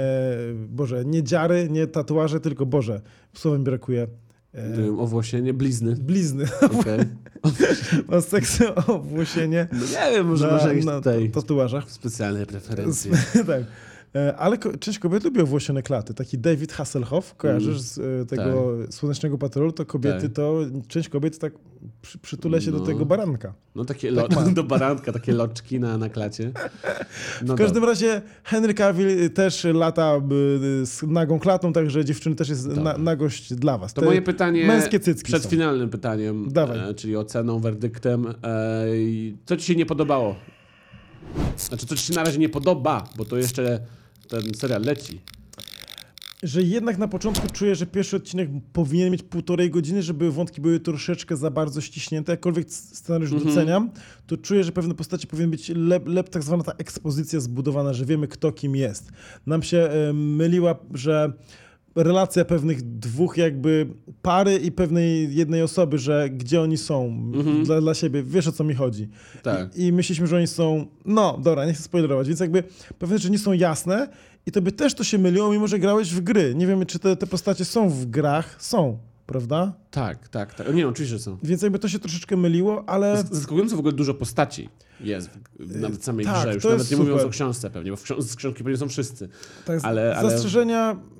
nie dziary, nie tatuaże, tylko słowa mi brakuje. Owłosienie, blizny. Okay. Ma seksy owłosienie. Nie wiem, może jakieś tutaj tatuażach. Specjalne preferencje. Tak. Ale część kobiet lubi owłosione klaty. Taki David Hasselhoff, kojarzysz z tego Słonecznego Patrolu, to kobiety, część kobiet tak przytula się do tego baranka. Takie do baranka, takie loczki na klacie. W każdym razie Henry Cavill też lata z nagą klatą, także dziewczyny też jest nagość dla was. To moje pytanie męskie cycki przed finalnym pytaniem, czyli oceną, werdyktem. Co ci się nie podobało? Znaczy, co ci się na razie nie podoba, bo to jeszcze ten serial leci. Że jednak na początku czuję, że pierwszy odcinek powinien mieć 1,5 godziny, żeby wątki były troszeczkę za bardzo ściśnięte. Jakkolwiek scenariusz doceniam, to czuję, że pewne postacie powinny być tak zwana ta ekspozycja zbudowana, że wiemy kto kim jest. Nam się myliła, że relacja pewnych dwóch jakby pary i pewnej jednej osoby, że gdzie oni są dla siebie, wiesz o co mi chodzi. Tak. I myśleliśmy, że oni są, dobra, nie chcę spoilerować, więc jakby pewne rzeczy nie są jasne i tobie też to się myliło, mimo że grałeś w gry. Nie wiemy, czy te postacie są w grach. Są, prawda? Tak. Nie, oczywiście są. Więc jakby to się troszeczkę myliło, ale... Zaskakująco w ogóle dużo postaci jest w samej grze, już nawet nie mówiąc o książce pewnie, bo z książki pewnie są wszyscy. Tak, ale... Zastrzeżenia...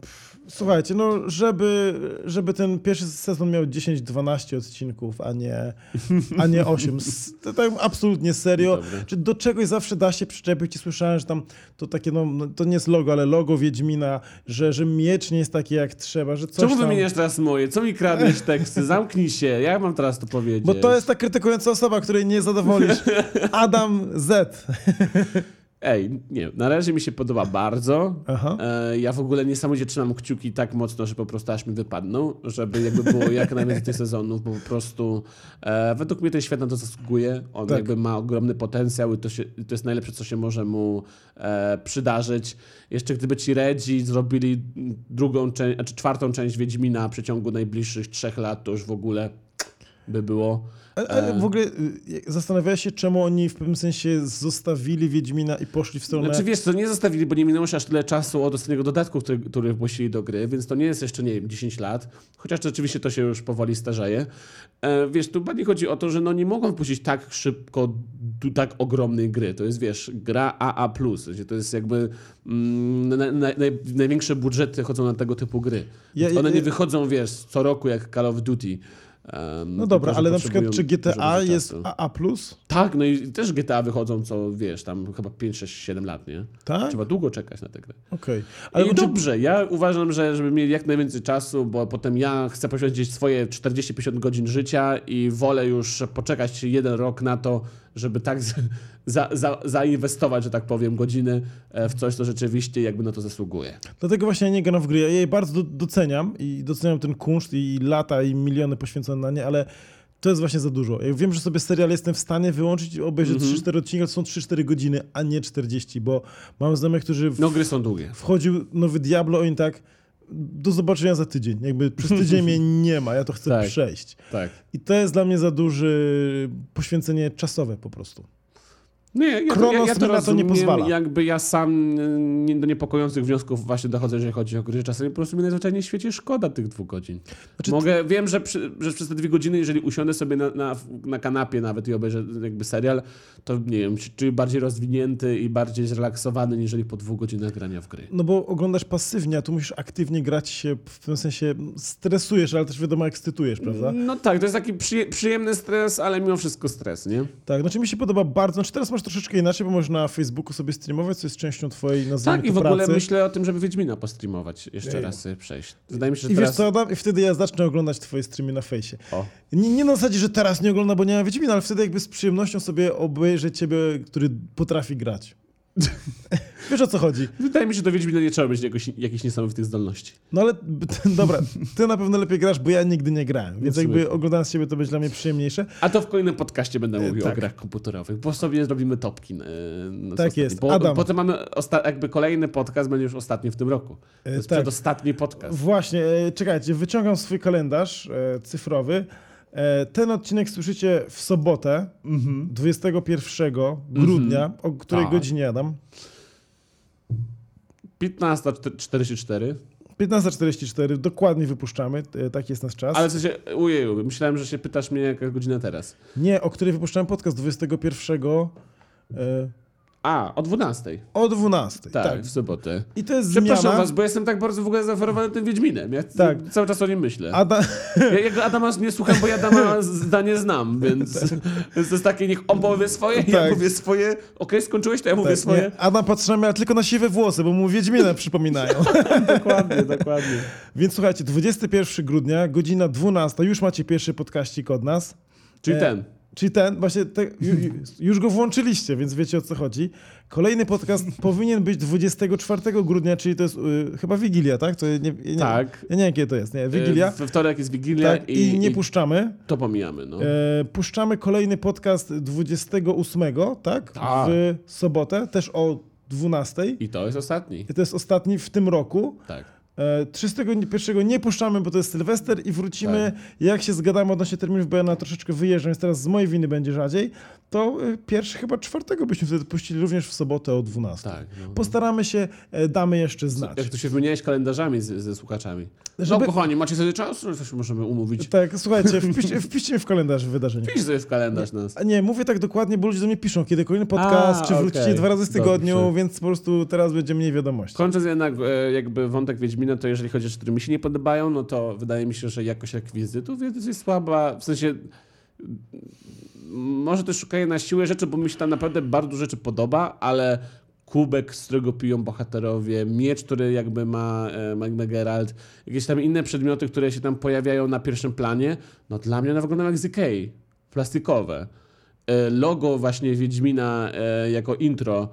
Słuchajcie, no żeby ten pierwszy sezon miał 10-12 odcinków, a nie 8. To tak absolutnie serio. Dobre. Czy do czegoś zawsze da się przyczepić? I słyszałem, że tam to takie, no to nie jest logo, ale logo Wiedźmina, że miecz nie jest taki jak trzeba, że coś Czemu tam... wymieniasz teraz moje? Co mi kradniesz teksty? Zamknij się. Jak mam teraz to powiedzieć? Bo to jest ta krytykująca osoba, której nie zadowolisz. Adam Z. Ej, nie, na razie mi się podoba bardzo. Ja w ogóle niesamowicie trzymam kciuki tak mocno, że po prostu aż mi wypadną, żeby jakby było jak najwięcej tych sezonów, bo po prostu według mnie ten świat na to zasługuje. On jakby ma ogromny potencjał i to jest najlepsze, co się może mu przydarzyć. Jeszcze gdyby ci Redzi zrobili czwartą część Wiedźmina w przeciągu najbliższych 3 lat, to już w ogóle by było... Ale w ogóle zastanawiałeś się, czemu oni w pewnym sensie zostawili Wiedźmina i poszli w stronę... Znaczy wiesz co, nie zostawili, bo nie minęło się aż tyle czasu od ostatniego dodatku, który wpuścili do gry, więc to nie jest jeszcze, nie wiem, 10 lat, chociaż rzeczywiście to się już powoli starzeje. Wiesz, tu bardziej chodzi o to, że no nie mogą wpuścić tak szybko tak ogromnej gry. To jest, wiesz, gra AA+. To jest jakby największe budżety chodzą na tego typu gry. One nie wychodzą, wiesz, co roku jak Call of Duty. No dobra, ale na przykład czy GTA jest AA+? Tak, no i też GTA wychodzą co, wiesz, tam chyba 5, 6, 7 lat, nie? Tak? Trzeba długo czekać na tę grę. Okej. I dobrze, ja uważam, że żeby mieli jak najwięcej czasu, bo potem ja chcę poświęcić swoje 40-50 godzin życia i wolę już poczekać 1 rok na to, żeby tak zainwestować, że tak powiem, godziny w coś, co rzeczywiście jakby na to zasługuje. Dlatego właśnie ja nie gram w gry. Ja je bardzo doceniam i doceniam ten kunszt i lata i miliony poświęcone na nie, ale to jest właśnie za dużo. Ja wiem, że sobie serial jestem w stanie wyłączyć i obejrzeć 3-4 odcinki, ale to są 3-4 godziny, a nie 40, bo mam znajomych, którzy... No gry są długie. Wchodził nowy Diablo, oni tak... Do zobaczenia za tydzień. Jakby przez tydzień mnie nie ma, ja to chcę przejść. Tak. I to jest dla mnie za duże poświęcenie czasowe po prostu. No ja to na to nie pozwala. Jakby ja sam do niepokojących wniosków właśnie dochodzę, jeżeli chodzi o gry. Czasami po prostu mi najzwyczajniej w świecie szkoda tych 2 godzin. Znaczy, wiem, że przez te 2 godziny, jeżeli usiądę sobie na kanapie nawet i obejrzę jakby serial, to nie wiem, czy bardziej rozwinięty i bardziej zrelaksowany, niżeli po 2 godzinach grania w gry. No bo oglądasz pasywnie, a tu musisz aktywnie grać się, w tym sensie stresujesz, ale też wiadomo ekscytujesz, prawda? No tak, to jest taki przyjemny stres, ale mimo wszystko stres, nie? Tak, znaczy mi się podoba bardzo, znaczy teraz masz troszeczkę inaczej, bo możesz na Facebooku sobie streamować, co jest częścią twojej, nazwijmy tak, i w ogóle myślę o tym, żeby Wiedźmina postreamować, jeszcze raz sobie przejść. Wydaje mi się, że wiesz co, Adam? I wtedy ja zacznę oglądać twoje streamy na fejsie. Nie na zasadzie, że teraz nie oglądam, bo nie ma Wiedźmina, ale wtedy jakby z przyjemnością sobie obejrzę ciebie, który potrafi grać. Wiesz, o co chodzi? Wydaje mi się, że do Wiedźmina nie trzeba mieć jakichś niesamowitych zdolności. No ale dobra, ty na pewno lepiej grasz, bo ja nigdy nie grałem, więc jakby oglądając ciebie to będzie dla mnie przyjemniejsze. A to w kolejnym podcaście będę mówił o grach komputerowych, bo sobie zrobimy topki. Tak jest. Bo Adam. potem mamy jakby kolejny podcast, będzie już ostatni w tym roku. To jest przedostatni podcast. Właśnie, czekajcie, wyciągam swój kalendarz cyfrowy. Ten odcinek słyszycie w sobotę, 21 grudnia. O której godzinie, Adam? 15:44. 15:44, dokładnie wypuszczamy, taki jest nasz czas. Ale w sensie, ujeju, myślałem, że się pytasz mnie, jaka godzina teraz. Nie, o której wypuszczałem podcast 21... o 12:00. O 12:00, tak. W sobotę. I to jest Przepraszam zmiana... was, bo jestem tak bardzo w ogóle zaoferowany tym Wiedźminem. Ja cały czas o nim myślę. Ja Adama nie słucham, bo ja Adama zdanie znam, więc to jest takie, niech on powie swoje, ja mówię swoje. Okej, skończyłeś, to ja mówię swoje. Nie. Adam patrzy na mnie tylko na siwe włosy, bo mu Wiedźmina przypominają. Dokładnie. Więc słuchajcie, 21 grudnia, godzina 12:00, już macie pierwszy podcaścik od nas. Czyli ten, właśnie już go włączyliście, więc wiecie, o co chodzi. Kolejny podcast powinien być 24 grudnia, czyli to jest chyba Wigilia, tak? To tak. Ja nie wiem, kiedy to jest. Nie, Wigilia. We wtorek jest Wigilia tak, i nie puszczamy. To pomijamy, no. Puszczamy kolejny podcast 28, tak? W sobotę, też o 12:00. I to jest ostatni. I to jest ostatni w tym roku. Tak. 31 nie puszczamy, bo to jest Sylwester i wrócimy, jak się zgadamy odnośnie terminów, bo ja na troszeczkę wyjeżdżam, więc teraz z mojej winy będzie rzadziej, to pierwszy chyba 4 byśmy wtedy puścili również w sobotę o 12:00. Tak, postaramy się, damy jeszcze znać. Jak to się wymieniałeś kalendarzami ze słuchaczami. No kochani, macie sobie czas? Coś możemy umówić. Tak, słuchajcie, wpiszcie w kalendarz wydarzenie. Wpisz sobie w kalendarz nas. Nie, mówię tak dokładnie, bo ludzie do mnie piszą, kiedy kolejny podcast, czy wrócicie 2 razy w tygodniu, więc po prostu teraz będzie mniej wiadomości. Kończąc jednak jakby wątek Wiedźmina, Wiedźmina, to jeżeli chodzi o rzeczy, które mi się nie podobają, no to wydaje mi się, że jakość rekwizytów jest słaba, w sensie może też szukanie na siłę rzeczy, bo mi się tam naprawdę bardzo dużo rzeczy podoba, ale kubek, z którego piją bohaterowie, miecz, który jakby ma Geralt, jakieś tam inne przedmioty, które się tam pojawiają na pierwszym planie, no dla mnie one wyglądają jak z Ikei, plastikowe. Logo właśnie Wiedźmina jako intro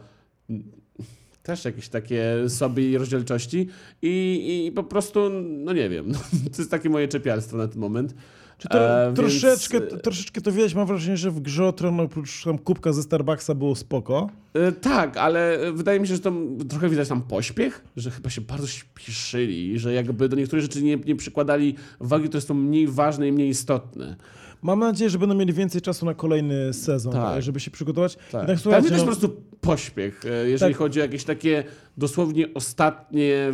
też jakieś takie słabej rozdzielczości i po prostu, no nie wiem, to jest takie moje czepialstwo na ten moment. Czy to troszeczkę to widać, mam wrażenie, że w Grze o Tron oprócz tam kubka ze Starbucksa było spoko. Tak, ale wydaje mi się, że to trochę widać tam pośpiech, że chyba się bardzo śpieszyli, że jakby do niektórych rzeczy nie przykładali wagi, to jest to mniej ważne i mniej istotne. Mam nadzieję, że będą mieli więcej czasu na kolejny sezon, żeby się przygotować. Tak. Tam widać po prostu pośpiech, jeżeli chodzi o jakieś takie dosłownie ostatnie,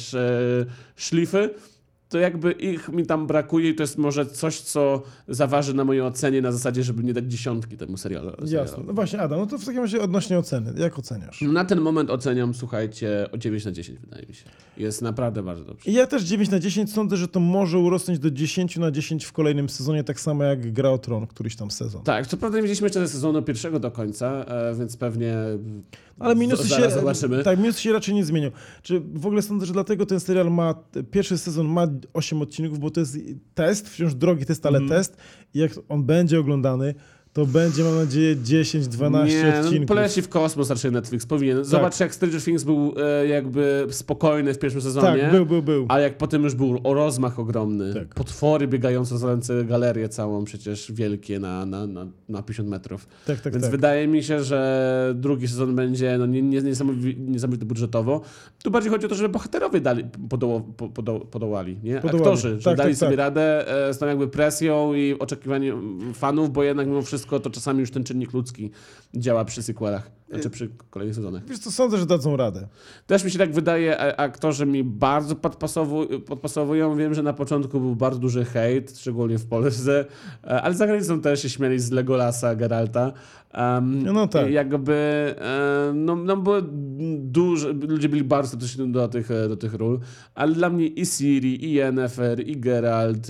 szlify, to jakby ich mi tam brakuje i to jest może coś, co zaważy na mojej ocenie na zasadzie, żeby nie dać 10 temu serialu. Jasne. No właśnie, Adam, no to w takim razie odnośnie oceny. Jak oceniasz? Na ten moment oceniam, słuchajcie, o 9/10 wydaje mi się. Jest naprawdę bardzo dobrze. Ja też 9/10. Sądzę, że to może urosnąć do 10/10 w kolejnym sezonie, tak samo jak Gra o Tron, któryś tam sezon. Tak, co prawda nie widzieliśmy jeszcze sezonu pierwszego do końca, więc pewnie ale minusy zaraz zobaczymy. Tak, minusy się raczej nie zmienią. Czy w ogóle sądzę, że dlatego ten serial pierwszy sezon ma 8 odcinków, bo to jest test, wciąż drogi test, ale test i jak on będzie oglądany, to będzie, mam nadzieję, 10-12 odcinków. No, poleci w kosmos raczej Netflix, powinien. Zobacz, jak Stranger Things był jakby spokojny w pierwszym sezonie. Tak, był. A jak potem już był o rozmach ogromny. Tak. Potwory biegające, zalające galerię całą przecież wielkie na 50 metrów. Więc wydaje mi się, że drugi sezon będzie niesamowity budżetowo. Tu bardziej chodzi o to, żeby bohaterowie podołali, nie? Aktorzy, że dali sobie radę z tą jakby presją i oczekiwaniem fanów, bo jednak mimo wszystko to czasami już ten czynnik ludzki działa przy sequelach, czy przy kolejnych sezonach. Wiesz co, sądzę, że dadzą radę. Też mi się tak wydaje, aktorzy mi bardzo podpasowują. Wiem, że na początku był bardzo duży hejt, szczególnie w Polsce, ale za granicą też się śmieli z Legolasa, Geralta. No tak. Jakby, bo ludzie byli bardzo statyczni do tych ról, ale dla mnie i Ciri, i Yennefer, i Geralt,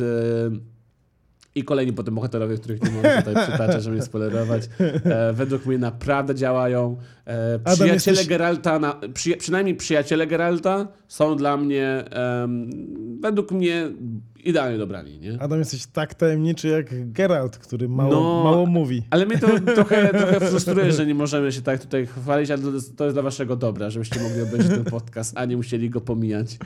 i kolejni potem bohaterowie, których nie mogę tutaj przytaczać, żeby nie spoilerować, według mnie naprawdę działają. Przyjaciele Geralta, przynajmniej przyjaciele Geralta są dla mnie, według mnie, idealnie dobrani. Nie? Adam, jesteś tak tajemniczy jak Geralt, który mało mówi. Ale mnie to trochę frustruje, że nie możemy się tak tutaj chwalić, ale to jest dla waszego dobra, żebyście mogli obejrzeć ten podcast, a nie musieli go pomijać.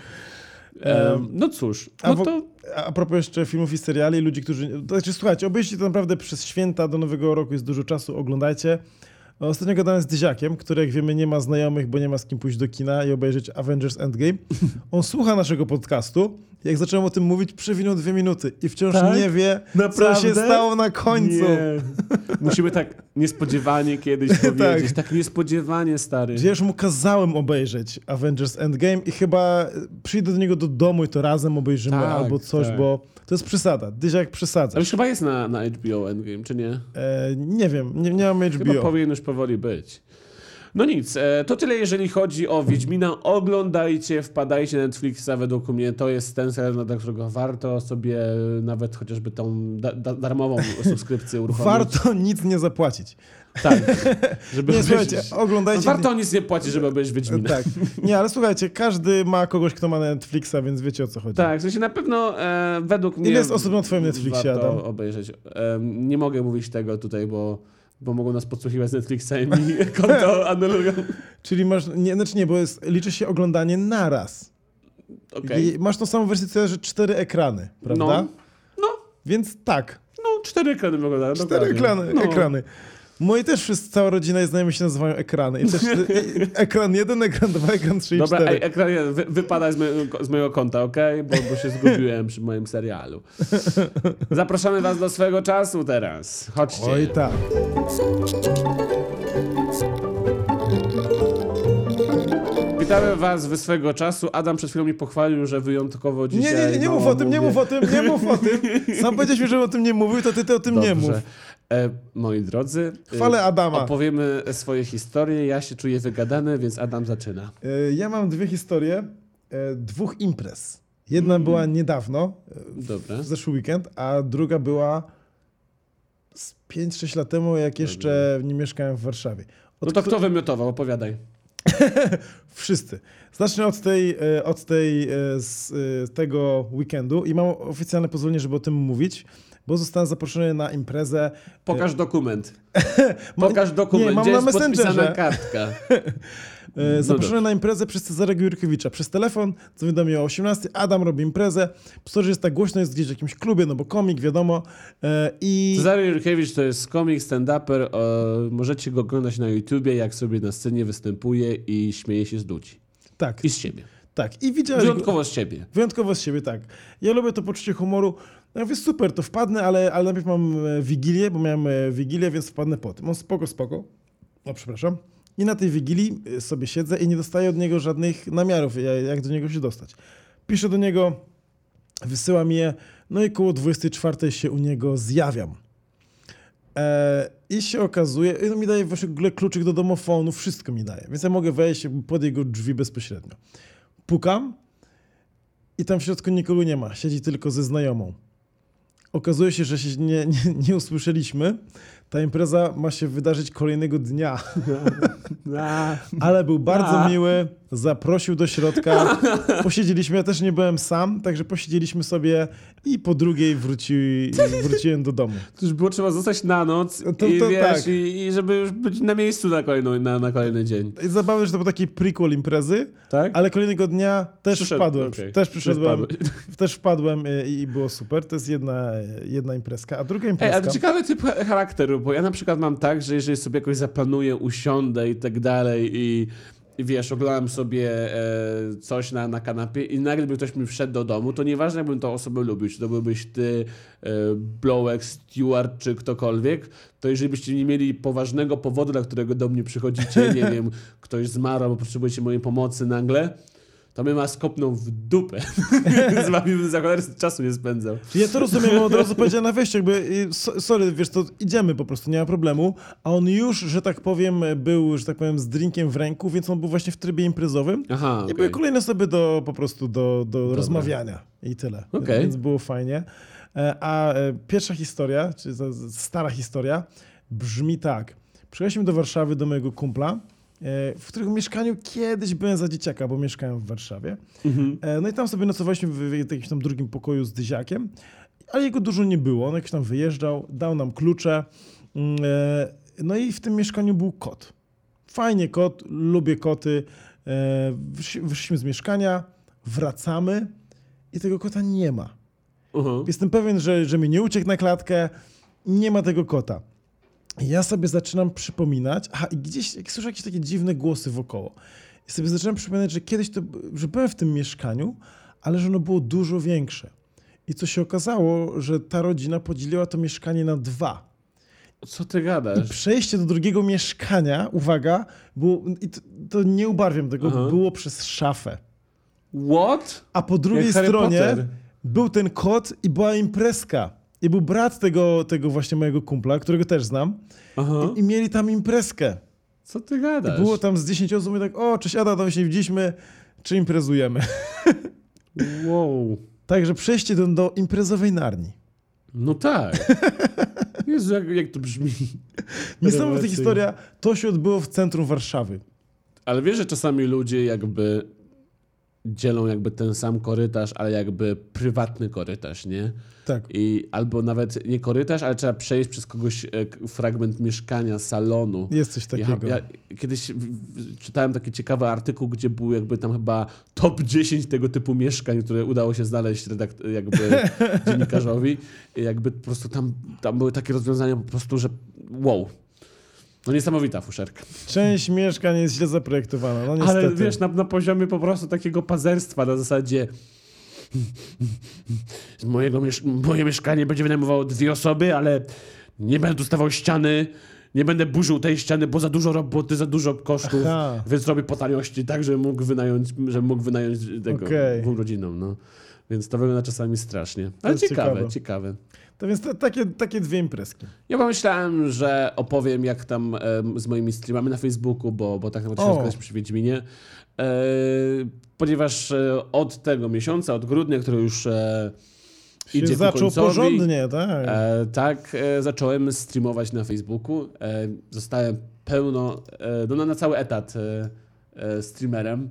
No cóż, a propos jeszcze filmów i seriali, ludzi, którzy... To znaczy, słuchajcie, obejrzyjcie to naprawdę przez święta do Nowego Roku, jest dużo czasu, oglądajcie. Ostatnio gadałem z Dyziakiem, który jak wiemy nie ma znajomych, bo nie ma z kim pójść do kina i obejrzeć Avengers Endgame. On słucha naszego podcastu. Jak zacząłem o tym mówić, przewinął 2 minuty i wciąż nie wie, co się stało na końcu. Nie. Musimy tak niespodziewanie kiedyś powiedzieć. Tak niespodziewanie, stary. Ja już mu kazałem obejrzeć Avengers Endgame i chyba przyjdę do niego do domu i to razem obejrzymy albo coś, bo to jest przesada. Dyziak przesadza. Ale już chyba jest na HBO Endgame, czy nie? Nie wiem, nie mam HBO. Chyba powinien już powoli być. No nic, to tyle jeżeli chodzi o Wiedźmina. Oglądajcie, wpadajcie na Netflixa, według mnie to jest ten serial, dla którego warto sobie nawet chociażby tą darmową subskrypcję uruchomić. Warto nic nie zapłacić. Tak, żeby nie, słuchajcie, oglądajcie... Warto nic nie płacić, żeby obejrzeć Wiedźmina. Tak. Nie, ale słuchajcie, każdy ma kogoś, kto ma Netflixa, więc wiecie, o co chodzi. Tak, w sensie na pewno według mnie... Ile jest osób na twoim Netflixie, Adam? Warto obejrzeć. Nie mogę mówić tego tutaj, bo mogą nas podsłuchiwać z Netflixa i mi konto anulują. Czyli masz... Nie, bo liczy się oglądanie naraz. Okay. Masz tą samą wersję, co że 4 ekrany, prawda? No. Więc tak. 4 ekrany wyglądają. 4 ekrany. Moje też cała rodzina i znajomi się nazywają ekrany. I też ekran 1, ekran 2, ekran 3 i 4. Dobra, ekran 1, wypadaj z mojego konta, okej? Bo się zgubiłem przy moim serialu. Zapraszamy was do swego czasu teraz. Chodźcie. Oj tak. Witamy was we swego czasu. Adam przed chwilą mi pochwalił, że wyjątkowo dzisiaj... Nie mów o tym. Sam powiedziałeś mi, że o tym nie mówił, to ty o tym nie mów. Moi drodzy, chwalę Adama. Opowiemy swoje historie. Ja się czuję wygadany, więc Adam zaczyna. Ja mam 2 historie. 2 imprez. Jedna była niedawno, w zeszły weekend, a druga była z 5-6 lat temu, jak jeszcze nie mieszkałem w Warszawie. No to kto wymiotował? Opowiadaj. Wszyscy. Zacznę od tego weekendu i mam oficjalne pozwolenie, żeby o tym mówić, bo zostałem zaproszony na imprezę. Pokaż dokument. Pokaż dokument, nie, mam gdzie na jest podpisana Messengerze. kartka. Zaproszony na imprezę przez Cezarego Jurkiewicza. Przez telefon, dzwoni do mnie o 18:00, Adam robi imprezę. Przy że jest tak głośno, jest gdzieś w jakimś klubie, no bo komik, wiadomo. Cezary Jurkiewicz to jest komik, stand-uper. Możecie go oglądać na YouTubie, jak sobie na scenie występuje i śmieje się z ludzi. Tak. I z siebie. Tak. I widziałeś Wyjątkowo z siebie. Wyjątkowo z siebie, tak. Ja lubię to poczucie humoru. Ja mówię, super, to wpadnę, ale najpierw mam Wigilię, bo miałem Wigilię, więc wpadnę po tym. On spoko. No, przepraszam. I na tej Wigilii sobie siedzę i nie dostaję od niego żadnych namiarów, jak do niego się dostać. Piszę do niego, wysyłam je, no i koło 24:00 się u niego zjawiam. I się okazuje, no mi daje właśnie kluczyk do domofonu, wszystko mi daje, więc ja mogę wejść pod jego drzwi bezpośrednio. Pukam i tam w środku nikogo nie ma, siedzi tylko ze znajomą. Okazuje się, że się nie usłyszeliśmy. Ta impreza ma się wydarzyć kolejnego dnia. Ale był bardzo miły, zaprosił do środka. Posiedzieliśmy, ja też nie byłem sam, także posiedzieliśmy sobie i po drugiej wróciłem do domu. To już było trzeba zostać na noc i żeby już być na miejscu na kolejny dzień. I zabawne, że to był taki prequel imprezy, tak? Ale kolejnego dnia też wpadłem. Okay. Też wpadłem i było super. To jest jedna imprezka, a druga imprezka... Ale ciekawy typ charakteru, bo ja na przykład mam tak, że jeżeli sobie jakoś zaplanuję, usiądę i tak dalej i wiesz, oglądam sobie coś na kanapie i nagle by ktoś mi wszedł do domu, to nieważne jakbym tą osobę lubił, czy to byłbyś ty, Blowek, Stewart, czy ktokolwiek, to jeżeli byście nie mieli poważnego powodu, dla którego do mnie przychodzicie, nie wiem, ktoś zmarł albo potrzebujecie mojej pomocy nagle, to mnie was kopną w dupę. Z wami bym za cholerę czasu nie spędzał. Ja to rozumiem, od razu powiedziałem na wejściu, jakby, sorry, wiesz, to idziemy po prostu, nie ma problemu. A on już, że tak powiem, był, z drinkiem w ręku, więc on był właśnie w trybie imprezowym. Aha, I były kolejne osoby do rozmawiania i tyle. Okay. Więc było fajnie. A pierwsza historia, czyli stara historia, brzmi tak. Przyjechaliśmy do Warszawy do mojego kumpla, w którego mieszkaniu kiedyś byłem za dzieciaka, bo mieszkałem w Warszawie. No i tam sobie nocowaliśmy w jakimś tam drugim pokoju z dyziakiem, ale jego dużo nie było. On jakiś tam wyjeżdżał, dał nam klucze. No i w tym mieszkaniu był kot. Fajnie kot, lubię koty. Wyszliśmy z mieszkania, wracamy i tego kota nie ma. Jestem pewien, że mi nie uciekł na klatkę, nie ma tego kota. Ja sobie zaczynam przypominać, i gdzieś słyszę jakieś takie dziwne głosy wokoło. I sobie zaczynam przypominać, że kiedyś że byłem w tym mieszkaniu, ale że ono było dużo większe. I co się okazało, że ta rodzina podzieliła to mieszkanie na 2. Co ty gadasz? I przejście do drugiego mieszkania, uwaga, było, i to nie ubarwiam tego, było przez szafę. What? A po drugiej stronie był ten kot i była imprezka. I był brat tego właśnie mojego kumpla, którego też znam. I mieli tam imprezkę. Co ty gadasz? I było tam z 10 osób i tak, cześć Ada, tam się nie widzieliśmy, czy imprezujemy? Wow. Także przejście do imprezowej Narni. No tak. Jezu, jak to brzmi. Niesamowita historia. To się odbyło w centrum Warszawy. Ale wiesz, że czasami ludzie jakby dzielą jakby ten sam korytarz, ale jakby prywatny korytarz, nie? Tak. Albo nawet nie korytarz, ale trzeba przejść przez kogoś fragment mieszkania, salonu. Jest coś takiego. Ja kiedyś czytałem taki ciekawy artykuł, gdzie był jakby tam chyba top 10 tego typu mieszkań, które udało się znaleźć jakby dziennikarzowi. I jakby po prostu tam były takie rozwiązania po prostu, że wow. No niesamowita fuszerka. Część mieszkań jest źle zaprojektowana, no niestety. Ale wiesz, na poziomie po prostu takiego pazerstwa na zasadzie moje mieszkanie będzie wynajmowało 2 osoby, ale nie będę dostawał ściany, nie będę burzył tej ściany, bo za dużo roboty, za dużo kosztów, więc robię po taniości, tak, że mógł wynająć tego 2 rodzinom, no. Więc to wygląda czasami strasznie. Ale ciekawe. To więc takie 2 imprezki. Ja pomyślałem, że opowiem jak tam z moimi streamami na Facebooku, bo tak naprawdę się przy Wiedźminie. Ponieważ od tego miesiąca, od grudnia, który już idzie zaczął ku końcowi, porządnie, tak. Zacząłem streamować na Facebooku. Zostałem na cały etat streamerem.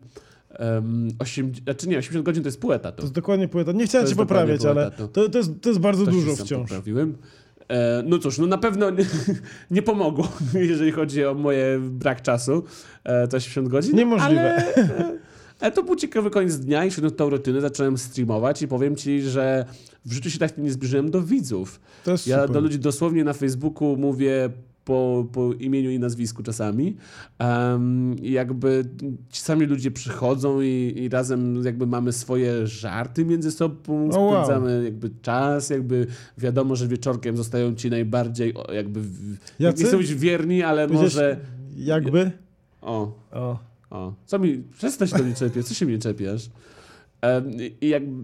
80 godzin to jest pół etatu. To jest dokładnie pół etatu. Nie chciałem cię poprawiać, ale to jest bardzo dużo wciąż. Poprawiłem. No cóż, no na pewno nie pomogło, jeżeli chodzi o moje brak czasu. To 80 godzin. Niemożliwe. Ale to był ciekawy koniec dnia i szedłem w tą rutynę, zacząłem streamować i powiem ci, że w życiu się tak nie zbliżyłem do widzów. To jest ja super. Do ludzi dosłownie na Facebooku mówię po imieniu i nazwisku czasami. I jakby ci sami ludzie przychodzą i razem jakby mamy swoje żarty między sobą, spędzamy jakby czas, jakby wiadomo, że wieczorkiem zostają ci najbardziej jakby nie chcą być wierni, ale może... Jakby? O. Co mi... Przestań się do mnie czepiać, co się mnie czepiasz? I jakby...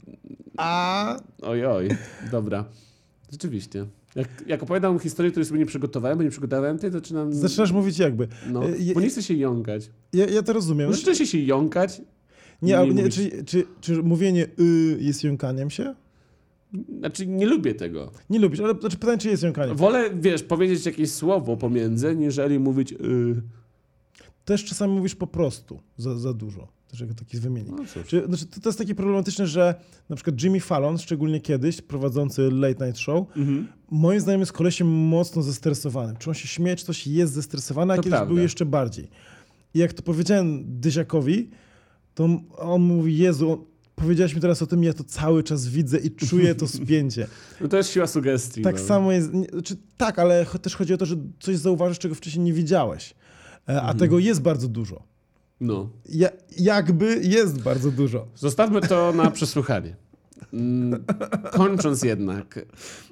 Oj, dobra. Rzeczywiście. Jak opowiadam historię, której sobie nie przygotowałem, to zaczynam... Zaczynasz mówić jakby. No, bo nie chcę się jąkać. Ja to rozumiem. Możecie się jąkać. Czy mówienie jest jąkaniem się? Znaczy, nie lubię tego. Nie lubisz, ale pytanie, czy jest jąkaniem. Wolę, powiedzieć jakieś słowo pomiędzy, niżeli mówić Też czasami mówisz po prostu za dużo. Też jako taki wymiennik. No to jest takie problematyczne, że na przykład Jimmy Fallon, szczególnie kiedyś, prowadzący Late Night Show, moim zdaniem jest kolesiem mocno zestresowanym. Czy on się śmieje, czy coś jest zestresowane, a kiedyś był jeszcze bardziej. I jak to powiedziałem Dyziakowi, to on mówi, Jezu, powiedziałeś mi teraz o tym, ja to cały czas widzę i czuję to spięcie. No to jest siła sugestii. Tak samo jest, tak, ale też chodzi o to, że coś zauważysz, czego wcześniej nie widziałeś. A tego jest bardzo dużo. No. Jakby jest bardzo dużo. Zostawmy to na przesłuchanie. Kończąc jednak.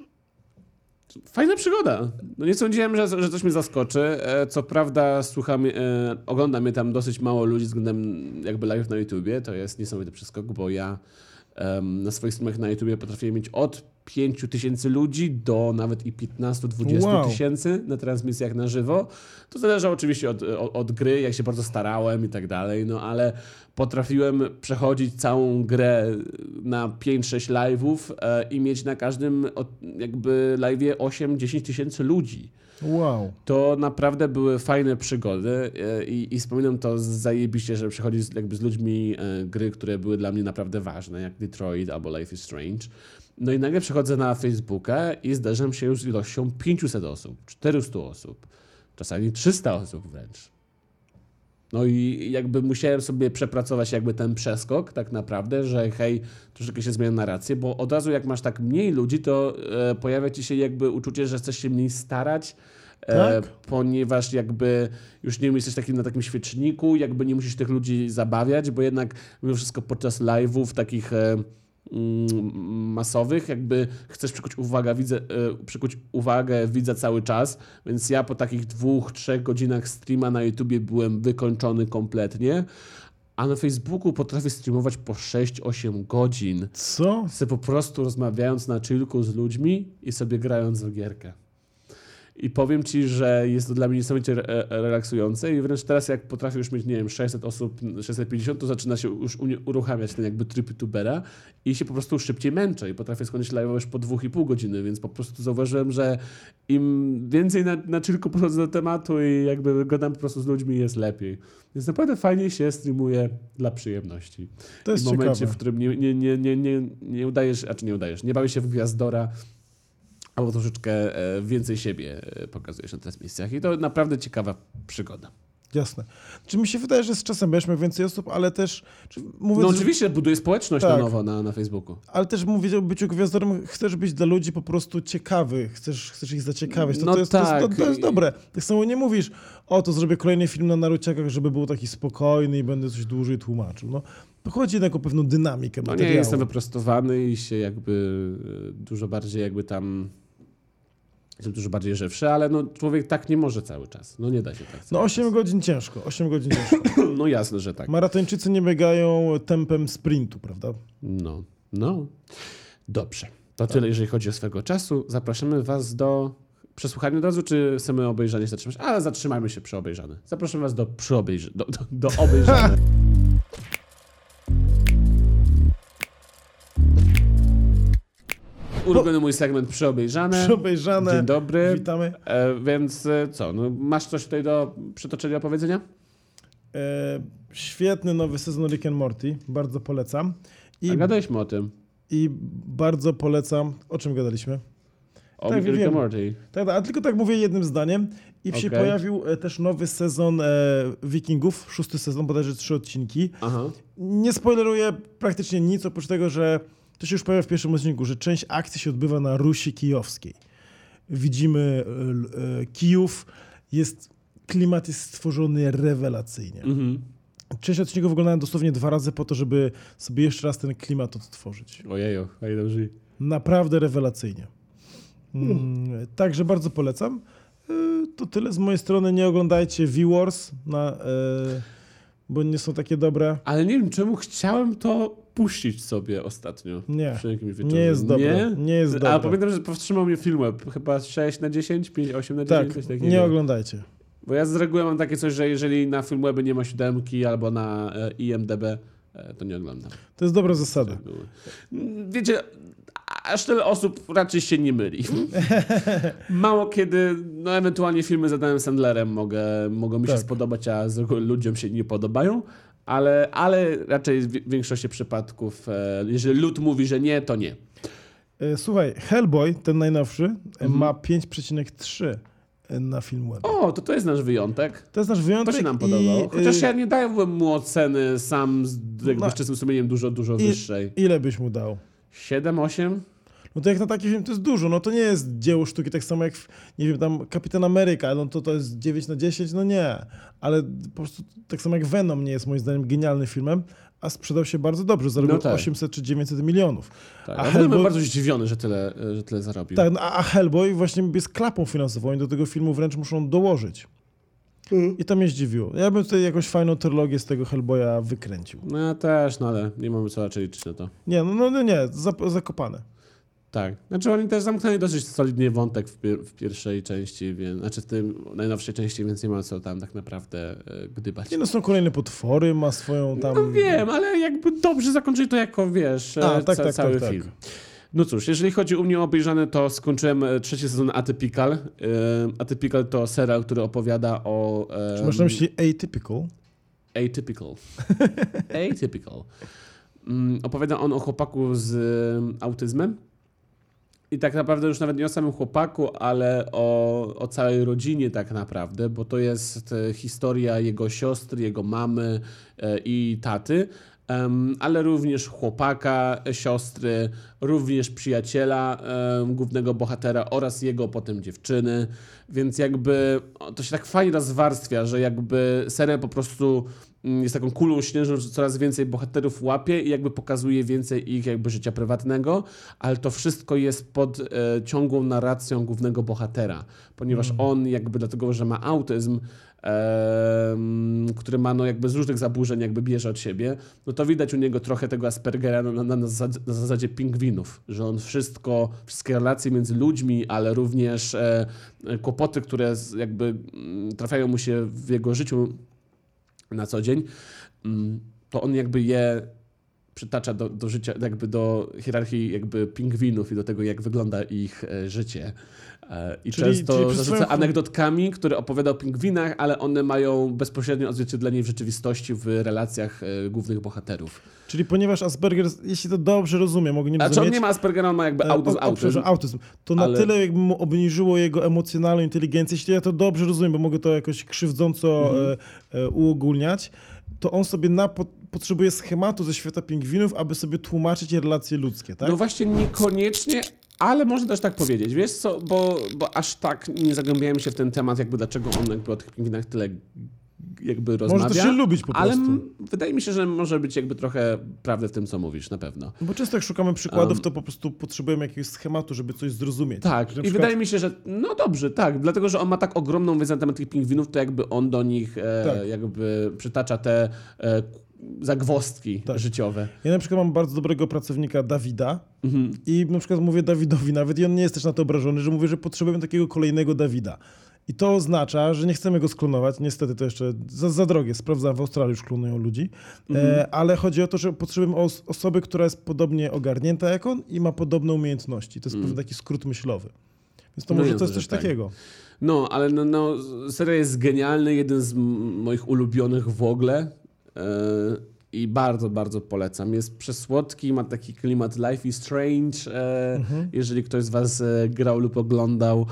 Fajna przygoda. No nie sądziłem, że coś mnie zaskoczy. Co prawda ogląda mnie tam dosyć mało ludzi względem jakby live na YouTubie. To jest niesamowity przeskok, bo ja na swoich streamach na YouTubie potrafię mieć od 5,000 ludzi do nawet i 15-20 tysięcy na transmisjach na żywo. To zależy oczywiście od gry, jak się bardzo starałem i tak dalej, no ale potrafiłem przechodzić całą grę na 5-6 live'ów i mieć na każdym jakby live'ie 8-10 tysięcy ludzi. Wow. To naprawdę były fajne przygody i wspominam to zajebiście, że przechodzić jakby z ludźmi gry, które były dla mnie naprawdę ważne, jak Detroit albo Life is Strange. No i nagle przechodzę na Facebooka i zderzam się już z ilością 500 osób, 400 osób, czasami 300 osób wręcz. No i jakby musiałem sobie przepracować jakby ten przeskok tak naprawdę, że hej, troszeczkę się zmienia narrację, bo od razu jak masz tak mniej ludzi, to pojawia ci się jakby uczucie, że chcesz się mniej starać, ponieważ jakby już nie jesteś na takim świeczniku, jakby nie musisz tych ludzi zabawiać, bo jednak mimo wszystko podczas live'ów takich masowych, jakby chcesz przykuć uwagę widza cały czas, więc ja po takich 2-3 godzinach streama na YouTubie byłem wykończony kompletnie, a na Facebooku potrafię streamować po 6-8 godzin. Co? Sobie po prostu rozmawiając na chillku z ludźmi i sobie grając w gierkę. I powiem ci, że jest to dla mnie niesamowicie relaksujące i wręcz teraz jak potrafię już mieć, nie wiem, 600 osób, 650, to zaczyna się już uruchamiać ten jakby tryb youtubera i się po prostu szybciej męczę i potrafię skończyć live już po 2,5 godziny, więc po prostu zauważyłem, że im więcej na chillku podchodzę do tematu i jakby gadam po prostu z ludźmi jest lepiej. Więc naprawdę fajnie się streamuje dla przyjemności. To jest w momencie, ciekawe. w którym nie udajesz, nie bawisz się w gwiazdora, albo troszeczkę więcej siebie pokazujesz na transmisjach. I to naprawdę ciekawa przygoda. Jasne. Czy mi się wydaje, że z czasem będziesz miał więcej osób, ale też... No oczywiście, buduje społeczność na nowo na Facebooku. Ale też mówić o byciu gwiazdorem, chcesz być dla ludzi po prostu ciekawy, chcesz ich zaciekawić. To jest dobre. Tak samo nie mówisz, to zrobię kolejny film na Naruciakach, żeby był taki spokojny i będę coś dłużej tłumaczył. No, to chodzi jednak o pewną dynamikę materiału. Nie jestem wyprostowany i się jakby dużo bardziej jakby tam... Jestem dużo bardziej żywszy, ale no człowiek tak nie może cały czas. No nie da się tak. No 8 godzin ciężko, 8 godzin ciężko. No jasne, że tak. Maratończycy nie biegają tempem sprintu, prawda? No. Dobrze. To tyle, jeżeli chodzi o swego czasu. Zapraszamy was do przesłuchania od razu, czy chcemy obejrzenie zatrzymać? Ale zatrzymajmy się przy obejrzane. Zapraszam was do obejrzania. Ulubiony mój segment Przyobejrzane. Dzień dobry. Witamy. Więc co, no, masz coś tutaj do przytoczenia, powiedzenia? Świetny nowy sezon Rick and Morty. Bardzo polecam. A gadaliśmy o tym. I bardzo polecam... O czym gadaliśmy? O Rick and Morty. Tak, a tylko tak mówię jednym zdaniem. I się pojawił też nowy sezon Wikingów, 6. sezon, bodajże 3 odcinki. Aha. Nie spoileruję praktycznie nic, oprócz tego, że to się już pojawia w pierwszym odcinku, że część akcji się odbywa na Rusi Kijowskiej. Widzimy Kijów, klimat jest stworzony rewelacyjnie. Część odcinków wyglądają dosłownie 2 razy po to, żeby sobie jeszcze raz ten klimat odtworzyć. Ojeju, dobrze. Naprawdę rewelacyjnie. Także bardzo polecam. To tyle z mojej strony. Nie oglądajcie V-Wars, bo nie są takie dobre. Ale nie wiem, czemu chciałem to puścić sobie ostatnio. Nie jest dobre. Nie jest dobre. A pamiętam, że powstrzymał mnie Filmweb. Chyba 6/10, 5, 8/10, tak, coś takiego. Nie oglądajcie. Bo ja z reguły mam takie coś, że jeżeli na Filmwebie nie ma 7 albo na IMDb, to nie oglądam. To jest dobra zasada. Wiecie, aż tyle osób raczej się nie myli. Mało kiedy, no ewentualnie filmy z Adamem Sandlerem mogą mi się spodobać, a z reguły ludziom się nie podobają, ale raczej w większości przypadków, jeżeli lud mówi, że nie, to nie. Słuchaj, Hellboy, ten najnowszy, ma 5,3 na Filmwebie. O, to jest nasz wyjątek. To jest nasz wyjątek. To się nam podobało. Chociaż ja nie dałem mu oceny sam z czystym sumieniem dużo wyższej. Ile byś mu dał? 7, 8? No to jak na taki film to jest dużo, no to nie jest dzieło sztuki, tak samo jak, nie wiem, tam Kapitan Ameryka, no to jest 9/10, no nie. Ale po prostu tak samo jak Venom nie jest moim zdaniem genialnym filmem, a sprzedał się bardzo dobrze, zarobił 800 czy 900 milionów. Tak, a Hellboy... byłem bardzo zdziwiony, że tyle zarobił. Tak, a Hellboy właśnie jest klapą finansową i do tego filmu wręcz muszą dołożyć. I to mnie zdziwiło. Ja bym tutaj jakąś fajną trylogię z tego Hellboya wykręcił. No ja też, no ale nie mamy co raczej liczyć na to. Nie, zakopane. Tak. Znaczy oni też zamknęli dosyć solidnie wątek w pierwszej części, znaczy w tym najnowszej części, więc nie ma co tam tak naprawdę gdybać. Nie, no są kolejne potwory, ma swoją tam... No wiem, ale jakby dobrze zakończyli to jako, wiesz, cały film. No cóż, jeżeli chodzi o mnie o obejrzane, to skończyłem 3. sezon Atypical. Atypical to serial, który opowiada o... Czy masz na myśli Atypical? Atypical. Opowiada on o chłopaku z autyzmem. I tak naprawdę już nawet nie o samym chłopaku, ale o całej rodzinie tak naprawdę, bo to jest historia jego siostry, jego mamy i taty, ale również chłopaka, siostry, również przyjaciela głównego bohatera oraz jego potem dziewczyny, więc jakby to się tak fajnie rozwarstwia, że jakby serial po prostu jest taką kulą śnieżną, że coraz więcej bohaterów łapie i jakby pokazuje więcej ich jakby życia prywatnego, ale to wszystko jest pod ciągłą narracją głównego bohatera, ponieważ on jakby dlatego, że ma autyzm, który ma no jakby z różnych zaburzeń jakby bierze od siebie, no to widać u niego trochę tego Aspergera na zasadzie pingwinów, że on wszystkie relacje między ludźmi, ale również kłopoty, które jakby trafiają mu się w jego życiu na co dzień, to on jakby je przytacza do życia, jakby do hierarchii jakby pingwinów i do tego, jak wygląda ich życie. I często zarzuca anegdotkami, które opowiada o pingwinach, ale one mają bezpośrednie odzwierciedlenie w rzeczywistości w relacjach głównych bohaterów. Czyli ponieważ Asperger, jeśli to dobrze rozumiem, mogę nie rozumieć... A czy on nie ma Aspergera, on ma jakby autyzm. To na tyle jakby mu obniżyło jego emocjonalną inteligencję, jeśli ja to dobrze rozumiem, bo mogę to jakoś krzywdząco uogólniać, to on sobie potrzebuje schematu ze świata pingwinów, aby sobie tłumaczyć relacje ludzkie, tak? No właśnie niekoniecznie, ale można też tak powiedzieć, wiesz co, bo aż tak nie zagłębiałem się w ten temat, jakby dlaczego on jakby o tych pingwinach tyle jakby rozmawia. Może też się lubić po prostu. Ale wydaje mi się, że może być jakby trochę prawdy w tym, co mówisz, na pewno. Bo często jak szukamy przykładów, to po prostu potrzebujemy jakiegoś schematu, żeby coś zrozumieć. Tak, i wydaje mi się, że no dobrze, tak, dlatego, że on ma tak ogromną wiedzę na temat tych pingwinów, to jakby on do nich jakby przytacza te zagwozdki życiowe. Ja na przykład mam bardzo dobrego pracownika Dawida i na przykład mówię Dawidowi nawet i on nie jest też na to obrażony, że mówię, że potrzebujemy takiego kolejnego Dawida. I to oznacza, że nie chcemy go sklonować, niestety to jeszcze za drogie, sprawdzałem, w Australii już klonują ludzi, ale chodzi o to, że potrzebujemy osoby, która jest podobnie ogarnięta jak on i ma podobne umiejętności. To jest pewien taki skrót myślowy. Więc to może to jest coś takiego. No, ale serial jest genialny, jeden z moich ulubionych w ogóle. I bardzo, bardzo polecam. Jest przesłodki, ma taki klimat Life is Strange, jeżeli ktoś z was grał lub oglądał.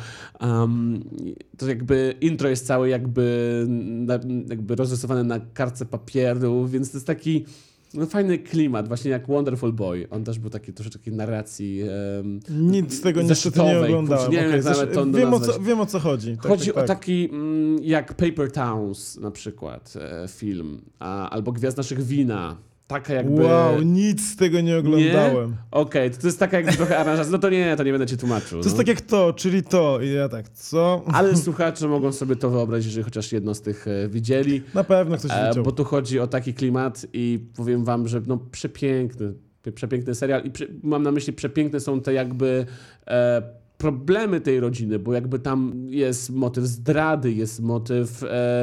To jakby intro jest całe jakby rozrysowane na kartce papieru, więc to jest taki fajny klimat, właśnie jak Wonderful Boy. On też był taki troszeczkę takiej narracji nic z tego niestety nie oglądałem. Nie wiem, jak nawet to wiem o co chodzi. Chodzi o taki jak Paper Towns na przykład film, albo Gwiazd naszych wina. Taka jakby... Wow, nic z tego nie oglądałem. Okej, to jest taka jakby trochę aranżacja. No to nie będę ci tłumaczył. To jest tak jak to, czyli to. I ja tak, co? Ale słuchacze mogą sobie to wyobrazić, jeżeli chociaż jedno z tych widzieli. Na pewno ktoś widział. Bo tu chodzi o taki klimat i powiem wam, że przepiękny serial i mam na myśli przepiękne są te jakby problemy tej rodziny, bo jakby tam jest motyw zdrady, jest motyw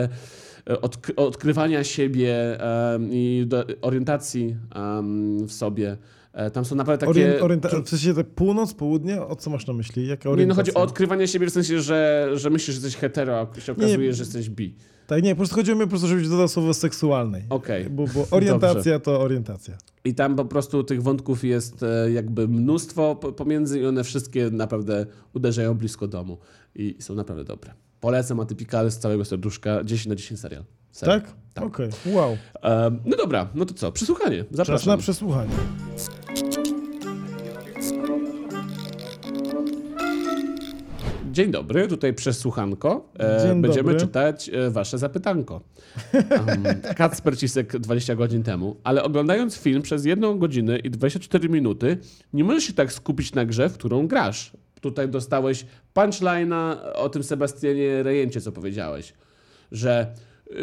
odkrywania siebie i orientacji w sobie. Tam są naprawdę takie... W sensie tak północ, południe? O co masz na myśli? Jaka Nie, orientacja? chodzi o odkrywanie siebie w sensie, że myślisz, że jesteś hetero, a się okazuje, że jesteś bi. Tak, nie, po prostu chodziło mi po prostu, żebyś dodał słowo seksualnej. Okej. Bo orientacja to orientacja. I tam po prostu tych wątków jest jakby mnóstwo pomiędzy i one wszystkie naprawdę uderzają blisko domu i są naprawdę dobre. Polecam Atypical z całego serduszka, 10 na 10 serial. Tak? Okej. Wow. No dobra, no to co? Przesłuchanie. Zapraszam. Czas na przesłuchanie. Dzień dobry, tutaj przesłuchanko. Będziemy czytać wasze zapytanko. Kacper Cisek 20 godzin temu, ale oglądając film przez 1 godzinę i 24 minuty nie możesz się tak skupić na grze, w którą grasz. Tutaj dostałeś punchline'a o tym Sebastianie Rejencie, co powiedziałeś, że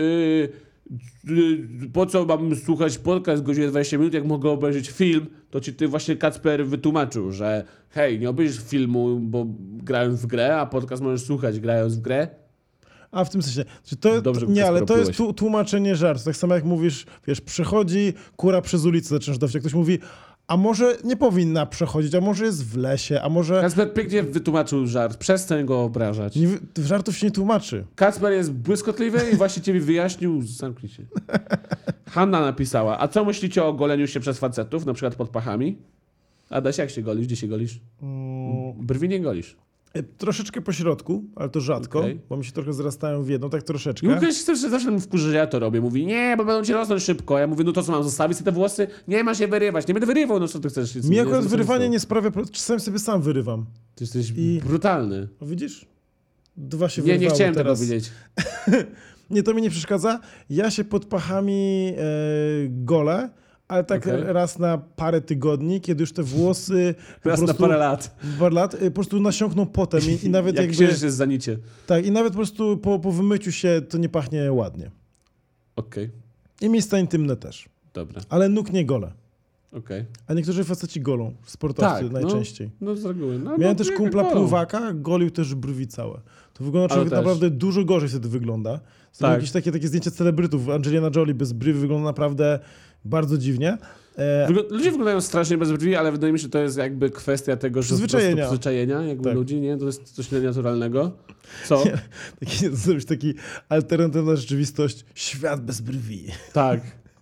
po co mam słuchać podcast godzinę 20 minut, jak mogę obejrzeć film, to ci ty właśnie Kacper wytłumaczył, że hej, nie obejrzysz filmu, bo grając w grę, a podcast możesz słuchać grając w grę. A w tym sensie, ale to jest tłumaczenie żartu. Tak samo jak mówisz, wiesz, przechodzi kura przez ulicę, zaczynasz dowiedzieć, jak ktoś mówi, a może nie powinna przechodzić, a może jest w lesie, a może... Kacper pięknie wytłumaczył żart, przestań go obrażać. Żartów się nie tłumaczy. Kacper jest błyskotliwy i właśnie ciebie wyjaśnił, zamknij się. Hanna napisała, a co myślicie o goleniu się przez facetów, na przykład pod pachami? Adaś, jak się golisz? Gdzie się golisz? Brwi nie golisz. Troszeczkę po środku, ale to rzadko, bo mi się trochę zrastają w jedną, tak troszeczkę. Łukasz zawsze wkurzy, że ja to robię. Mówi, nie, bo będą ci rosnąć szybko. Ja mówię, no to co, mam zostawić sobie te włosy? Nie ma się wyrywać. Nie będę wyrywał, no co ty chcesz? Mi akurat wyrywanie nie sprawia, czasami sobie sam wyrywam. Ty jesteś brutalny. O, widzisz? 2 się wyrywały nie chciałem teraz. tego widzieć. Nie, to mi nie przeszkadza. Ja się pod pachami golę, ale tak raz na parę tygodni, kiedy już te włosy... Raz na parę lat. Po prostu nasiąkną potem i nawet jak jakby... księżyc jest zanicie. Tak, i nawet po prostu po wymyciu się to nie pachnie ładnie. Okej. I miejsca intymne też. Dobra. Ale nóg nie golę. Okej. A niektórzy faceci golą, sportowcy najczęściej. No z reguły. Miałem też kumpla pływaka, golił też brwi całe. To wygląda, człowiek naprawdę dużo gorzej wtedy wygląda. Są jakieś takie zdjęcia celebrytów. Angelina Jolie bez brwi wygląda naprawdę bardzo dziwnie. Ludzie wyglądają strasznie bez brwi, ale wydaje mi się, że to jest jakby kwestia tego, że przyzwyczajenia jakby ludzi, nie? To jest coś naturalnego. Co? Zrobić taki alternatywna rzeczywistość, świat bez brwi. Tak.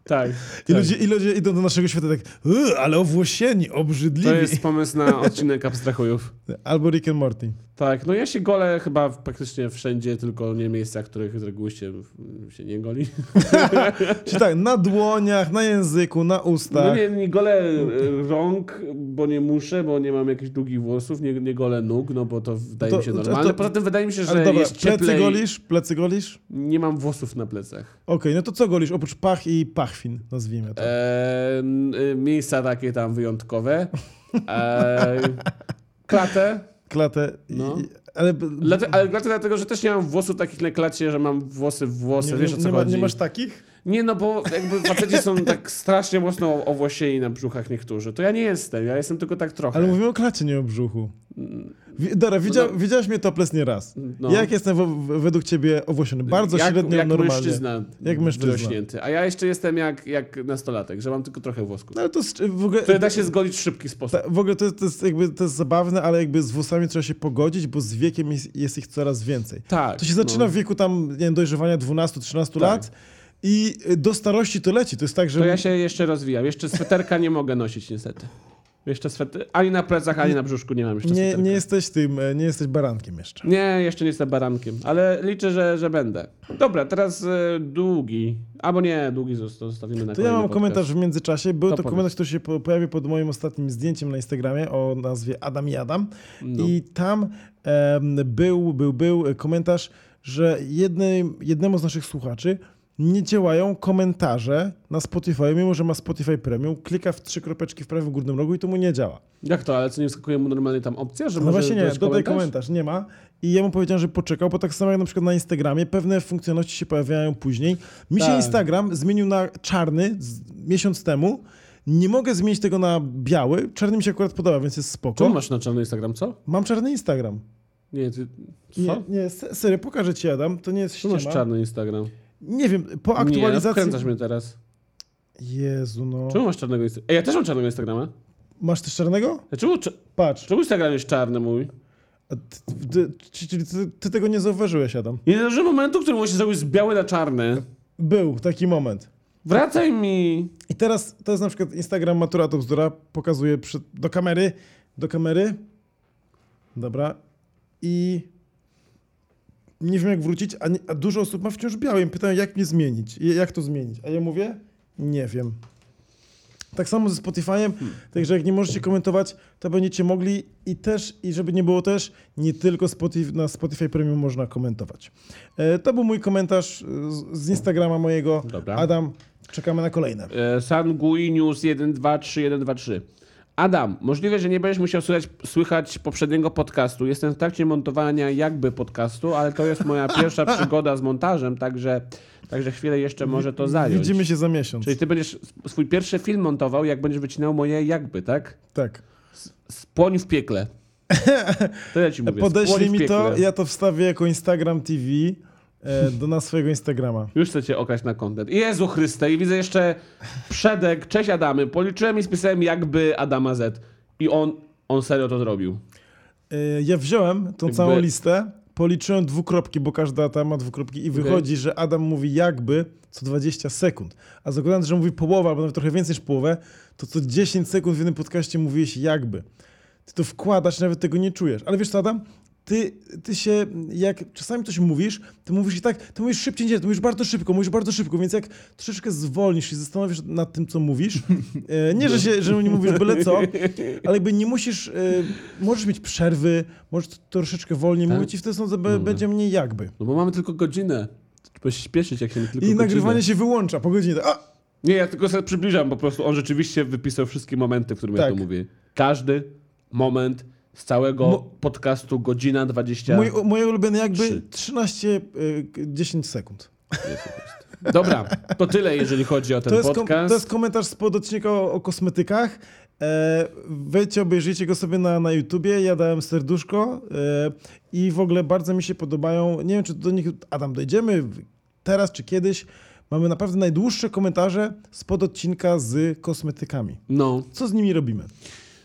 Tak. I ludzie idą do naszego świata tak, ale owłosieni, obrzydliwi. To jest pomysł na odcinek Abstrahujów. Albo Rick and Morty. Tak, no ja się golę chyba praktycznie wszędzie, tylko nie w miejscach, których z reguły się nie goli. Czyli tak, na dłoniach, na języku, na ustach. No nie golę rąk, bo nie muszę, bo nie mam jakichś długich włosów, nie golę nóg, no bo to wydaje mi się normalne. Poza tym wydaje mi się, że dobra, jest cieplej. Plecy golisz? Nie mam włosów na plecach. Okej, no to co golisz oprócz pach i pachwin, nazwijmy to? Miejsca takie tam wyjątkowe. Klatę. No. Ale dlatego, że też nie mam włosów takich na klacie, że mam włosy w włosy. Wiesz o co chodzi? Nie masz takich? Nie, no bo jakby faceci są tak strasznie mocno owłosieni na brzuchach niektórzy. To ja nie jestem, ja jestem tylko tak trochę. Ale mówimy o klacie, nie o brzuchu. Dobra, widziałeś mnie topless nie raz. No. Jak jestem według ciebie owłosiony? Bardzo średnio, normalnie. Jak mężczyzna wyrośnięty. A ja jeszcze jestem jak nastolatek, że mam tylko trochę włosków. No to w ogóle, to da się zgolić w szybki sposób. W ogóle to jest zabawne, ale jakby z włosami trzeba się pogodzić, bo z wiekiem jest ich coraz więcej. Tak. To się zaczyna w wieku tam, nie wiem, dojrzewania 12-13 lat. I do starości to leci. To jest tak, że... To ja się jeszcze rozwijam. Jeszcze sweterka nie mogę nosić niestety. Jeszcze ani na plecach, ani na brzuszku nie mam jeszcze sweterka. Nie jesteś barankiem jeszcze. Nie, jeszcze nie jestem barankiem, ale liczę, że będę. Dobra, teraz długi. Albo nie, długi zostawimy na To ja mam podcast. Komentarz w międzyczasie. Był to komentarz, który się pojawił pod moim ostatnim zdjęciem na Instagramie o nazwie Adam i Adam. No. I tam był komentarz, że jednemu z naszych słuchaczy nie działają komentarze na Spotify, mimo że ma Spotify Premium, klika w 3 kropeczki w prawym górnym rogu i to mu nie działa. Jak to? Ale co, nie wskakuje mu normalnie tam opcja, że no może właśnie nie, dodaj komentarz, nie ma. I ja mu powiedziałem, że poczekał, bo tak samo jak na przykład na Instagramie, pewne funkcjonalności się pojawiają później. Mi się Instagram zmienił na czarny miesiąc temu. Nie mogę zmienić tego na biały. Czarny mi się akurat podoba, więc jest spoko. Czemu masz na czarny Instagram, co? Mam czarny Instagram. Nie, ty... Co? Nie, serio, pokażę ci, Adam, to nie jest ściema. Czemu masz czarny Instagram? Nie wiem, po aktualizacji... Nie, wkręcasz mnie teraz. Jezu, no. Czemu masz czarnego Instagrama? Ja też mam czarnego Instagrama. Masz też czarnego? Patrz. Czemu Instagram jest czarny mój? Czyli ty tego nie zauważyłeś, Adam? Nie zauważyłem momentu, w którym on się zrobił z biały na czarny. Był taki moment. Wracaj mi! I teraz to jest na przykład Instagram Matura to bzdura, pokazuje do kamery. Dobra. I nie wiem jak wrócić, a dużo osób ma wciąż białe i pytają jak mnie zmienić, jak to zmienić. A ja mówię, nie wiem. Tak samo ze Spotify'em, także jak nie możecie komentować, to będziecie mogli i żeby nie było też, nie tylko na Spotify Premium można komentować. To był mój komentarz z Instagrama mojego. Dobra. Adam, czekamy na kolejne. Sangui News 123. Adam, możliwe, że nie będziesz musiał słychać poprzedniego podcastu. Jestem w trakcie montowania jakby podcastu, ale to jest moja pierwsza przygoda z montażem, także chwilę jeszcze może to zająć. Widzimy się za miesiąc. Czyli ty będziesz swój pierwszy film montował, jak będziesz wycinał moje jakby, tak? Tak. Spłoń w piekle. To ja ci mówię. Podeślij mi to, ja to wstawię jako Instagram TV na swojego Instagrama. Już chcecie okraść na content. Jezu Chryste, i widzę jeszcze Przedek, cześć Adamy. Policzyłem i spisałem jakby Adama Z. I on serio to zrobił. Ja wziąłem tą całą listę, policzyłem 2 kropki, bo każda ta ma 2 kropki i wychodzi, że Adam mówi jakby co 20 sekund. A zakładając, że mówi połowę, albo nawet trochę więcej niż połowę, to co 10 sekund w jednym podcaście mówiłeś jakby. Ty to wkładasz, nawet tego nie czujesz. Ale wiesz co, Adam? Ty się, jak czasami coś mówisz, to mówisz i tak, to mówisz szybciej, nie, to mówisz bardzo szybko, więc jak troszeczkę zwolnisz i zastanowisz nad tym, co mówisz, nie, że nie mówisz byle co, ale jakby nie musisz, możesz mieć przerwy, możesz troszeczkę wolniej mówić i wtedy będzie mniej jakby. No bo mamy tylko godzinę. Trzeba się śpieszyć, jak się nie tylko I nagrywanie się wyłącza po godzinie. Nie, ja tylko sobie przybliżam po prostu. On rzeczywiście wypisał wszystkie momenty, w których ja to mówię. Każdy moment z całego podcastu godzina 20. Moje ulubione jakby 13-10 sekund. Dobra, to tyle, jeżeli chodzi o ten podcast. To jest komentarz spod odcinka o kosmetykach. Wejdźcie, obejrzyjcie go sobie na YouTubie. Ja dałem serduszko i w ogóle bardzo mi się podobają. Nie wiem, czy do nich, Adam, dojdziemy teraz czy kiedyś. Mamy naprawdę najdłuższe komentarze spod odcinka z kosmetykami. No. Co z nimi robimy?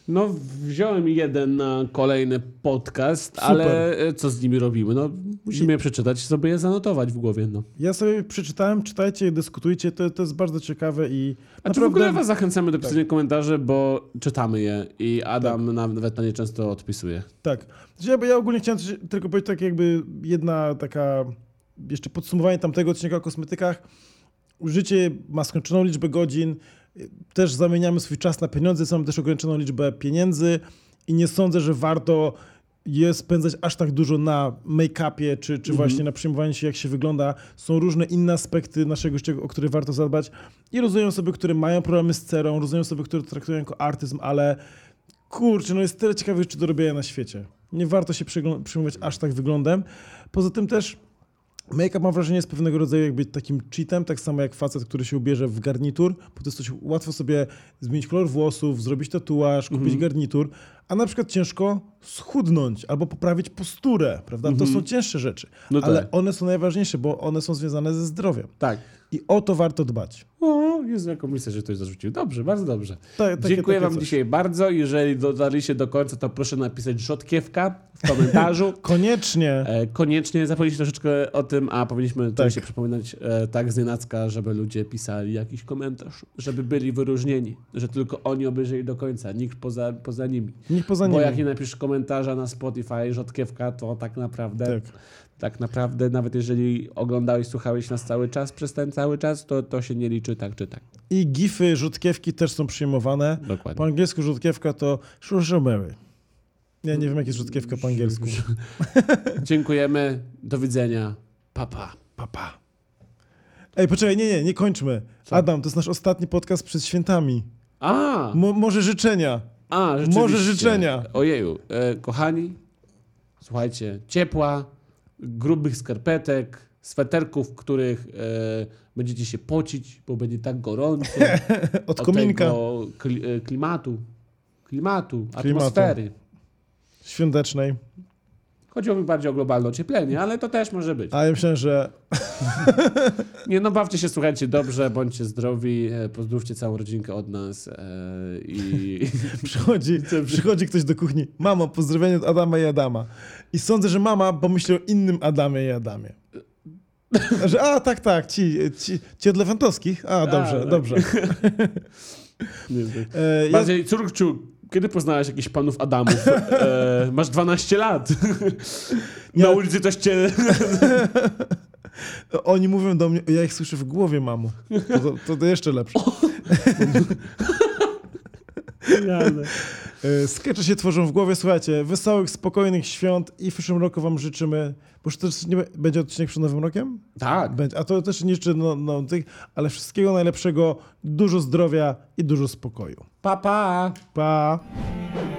No, wziąłem jeden na kolejny podcast, super. Ale co z nimi robimy? No, musimy je przeczytać, sobie je zanotować w głowie. No. Ja sobie przeczytałem, czytajcie, dyskutujcie, to jest bardzo ciekawe i A naprawdę... czy w ogóle was zachęcamy do pisania komentarzy, bo czytamy je i Adam nawet na nie często odpisuje. Tak. Ja ogólnie chciałem tylko powiedzieć tak jakby jedna taka jeszcze podsumowanie tamtego odcinka o kosmetykach. Życie ma skończoną liczbę godzin, też zamieniamy swój czas na pieniądze, mamy też ograniczoną liczbę pieniędzy i nie sądzę, że warto je spędzać aż tak dużo na make-upie, czy właśnie na przyjmowaniu się, jak się wygląda. Są różne inne aspekty naszego życia, o które warto zadbać. I rozumiem osoby, które mają problemy z cerą, rozumiem osoby, które traktują jako artyzm, ale kurczę, no jest tyle ciekawych rzeczy do robienia na świecie. Nie warto się przyjmować aż tak wyglądem. Poza tym też make-up, mam wrażenie, jest pewnego rodzaju jakby takim cheatem, tak samo jak facet, który się ubierze w garnitur, bo to jest coś łatwo sobie zmienić kolor włosów, zrobić tatuaż, kupić garnitur, a na przykład ciężko schudnąć albo poprawić posturę, prawda? To są cięższe rzeczy, no ale one są najważniejsze, bo one są związane ze zdrowiem. Tak. I o to warto dbać. O, Jezu, jaką myślę, że ktoś zarzucił. Dobrze, bardzo dobrze. Dziękuję wam dzisiaj bardzo. Jeżeli dotarliście do końca, to proszę napisać rzodkiewka w komentarzu. Koniecznie. Koniecznie. Zapomnieliśmy troszeczkę o tym, a powinniśmy to się przypominać tak znienacka, żeby ludzie pisali jakiś komentarz, żeby byli wyróżnieni, że tylko oni obejrzeli do końca, nikt poza nimi. Nikt poza nimi. Bo jak nie napiszesz komentarza na Spotify rzodkiewka, to tak naprawdę... Tak naprawdę, nawet jeżeli oglądałeś, słuchałeś nas cały czas, przez ten cały czas, to się nie liczy tak czy tak. I gify, rzutkiewki też są przyjmowane. Dokładnie. Po angielsku rzutkiewka to Mary. Ja nie wiem, jak jest rzutkiewka po angielsku. Dziękujemy. Do widzenia. Pa. Ej, poczekaj, nie kończmy. Co? Adam, to jest nasz ostatni podcast przed świętami. Może życzenia. Rzeczywiście. Może życzenia. Ojeju. Kochani, słuchajcie, ciepła, grubych skarpetek, sweterków, w których będziecie się pocić, bo będzie tak gorąco. Od kominka. Tego klimatu, atmosfery. Świątecznej. Chodziło mi bardziej o globalne ocieplenie, ale to też może być. A ja myślę, że... Nie, no bawcie się, słuchajcie dobrze, bądźcie zdrowi, pozdrówcie całą rodzinkę od nas i... Przychodzi ktoś do kuchni. Mamo, pozdrowienie od Adama i Adama. I sądzę, że mama pomyśli o innym Adamie i Adamie. Że tak, ci od Lewandowskich? Dobrze. Bardziej, córkciu, kiedy poznałeś jakichś panów Adamów? Masz 12 lat. Na ulicy coś cię... Oni mówią do mnie, ja ich słyszę w głowie, mamo. To jeszcze lepsze. Skecze się tworzą w głowie. Słuchajcie, wesołych, spokojnych świąt i w przyszłym roku wam życzymy... Bo to nie będzie odcinek przed Nowym Rokiem? Tak. A to też nie życzę ale wszystkiego najlepszego, dużo zdrowia i dużo spokoju. Pa. Pa.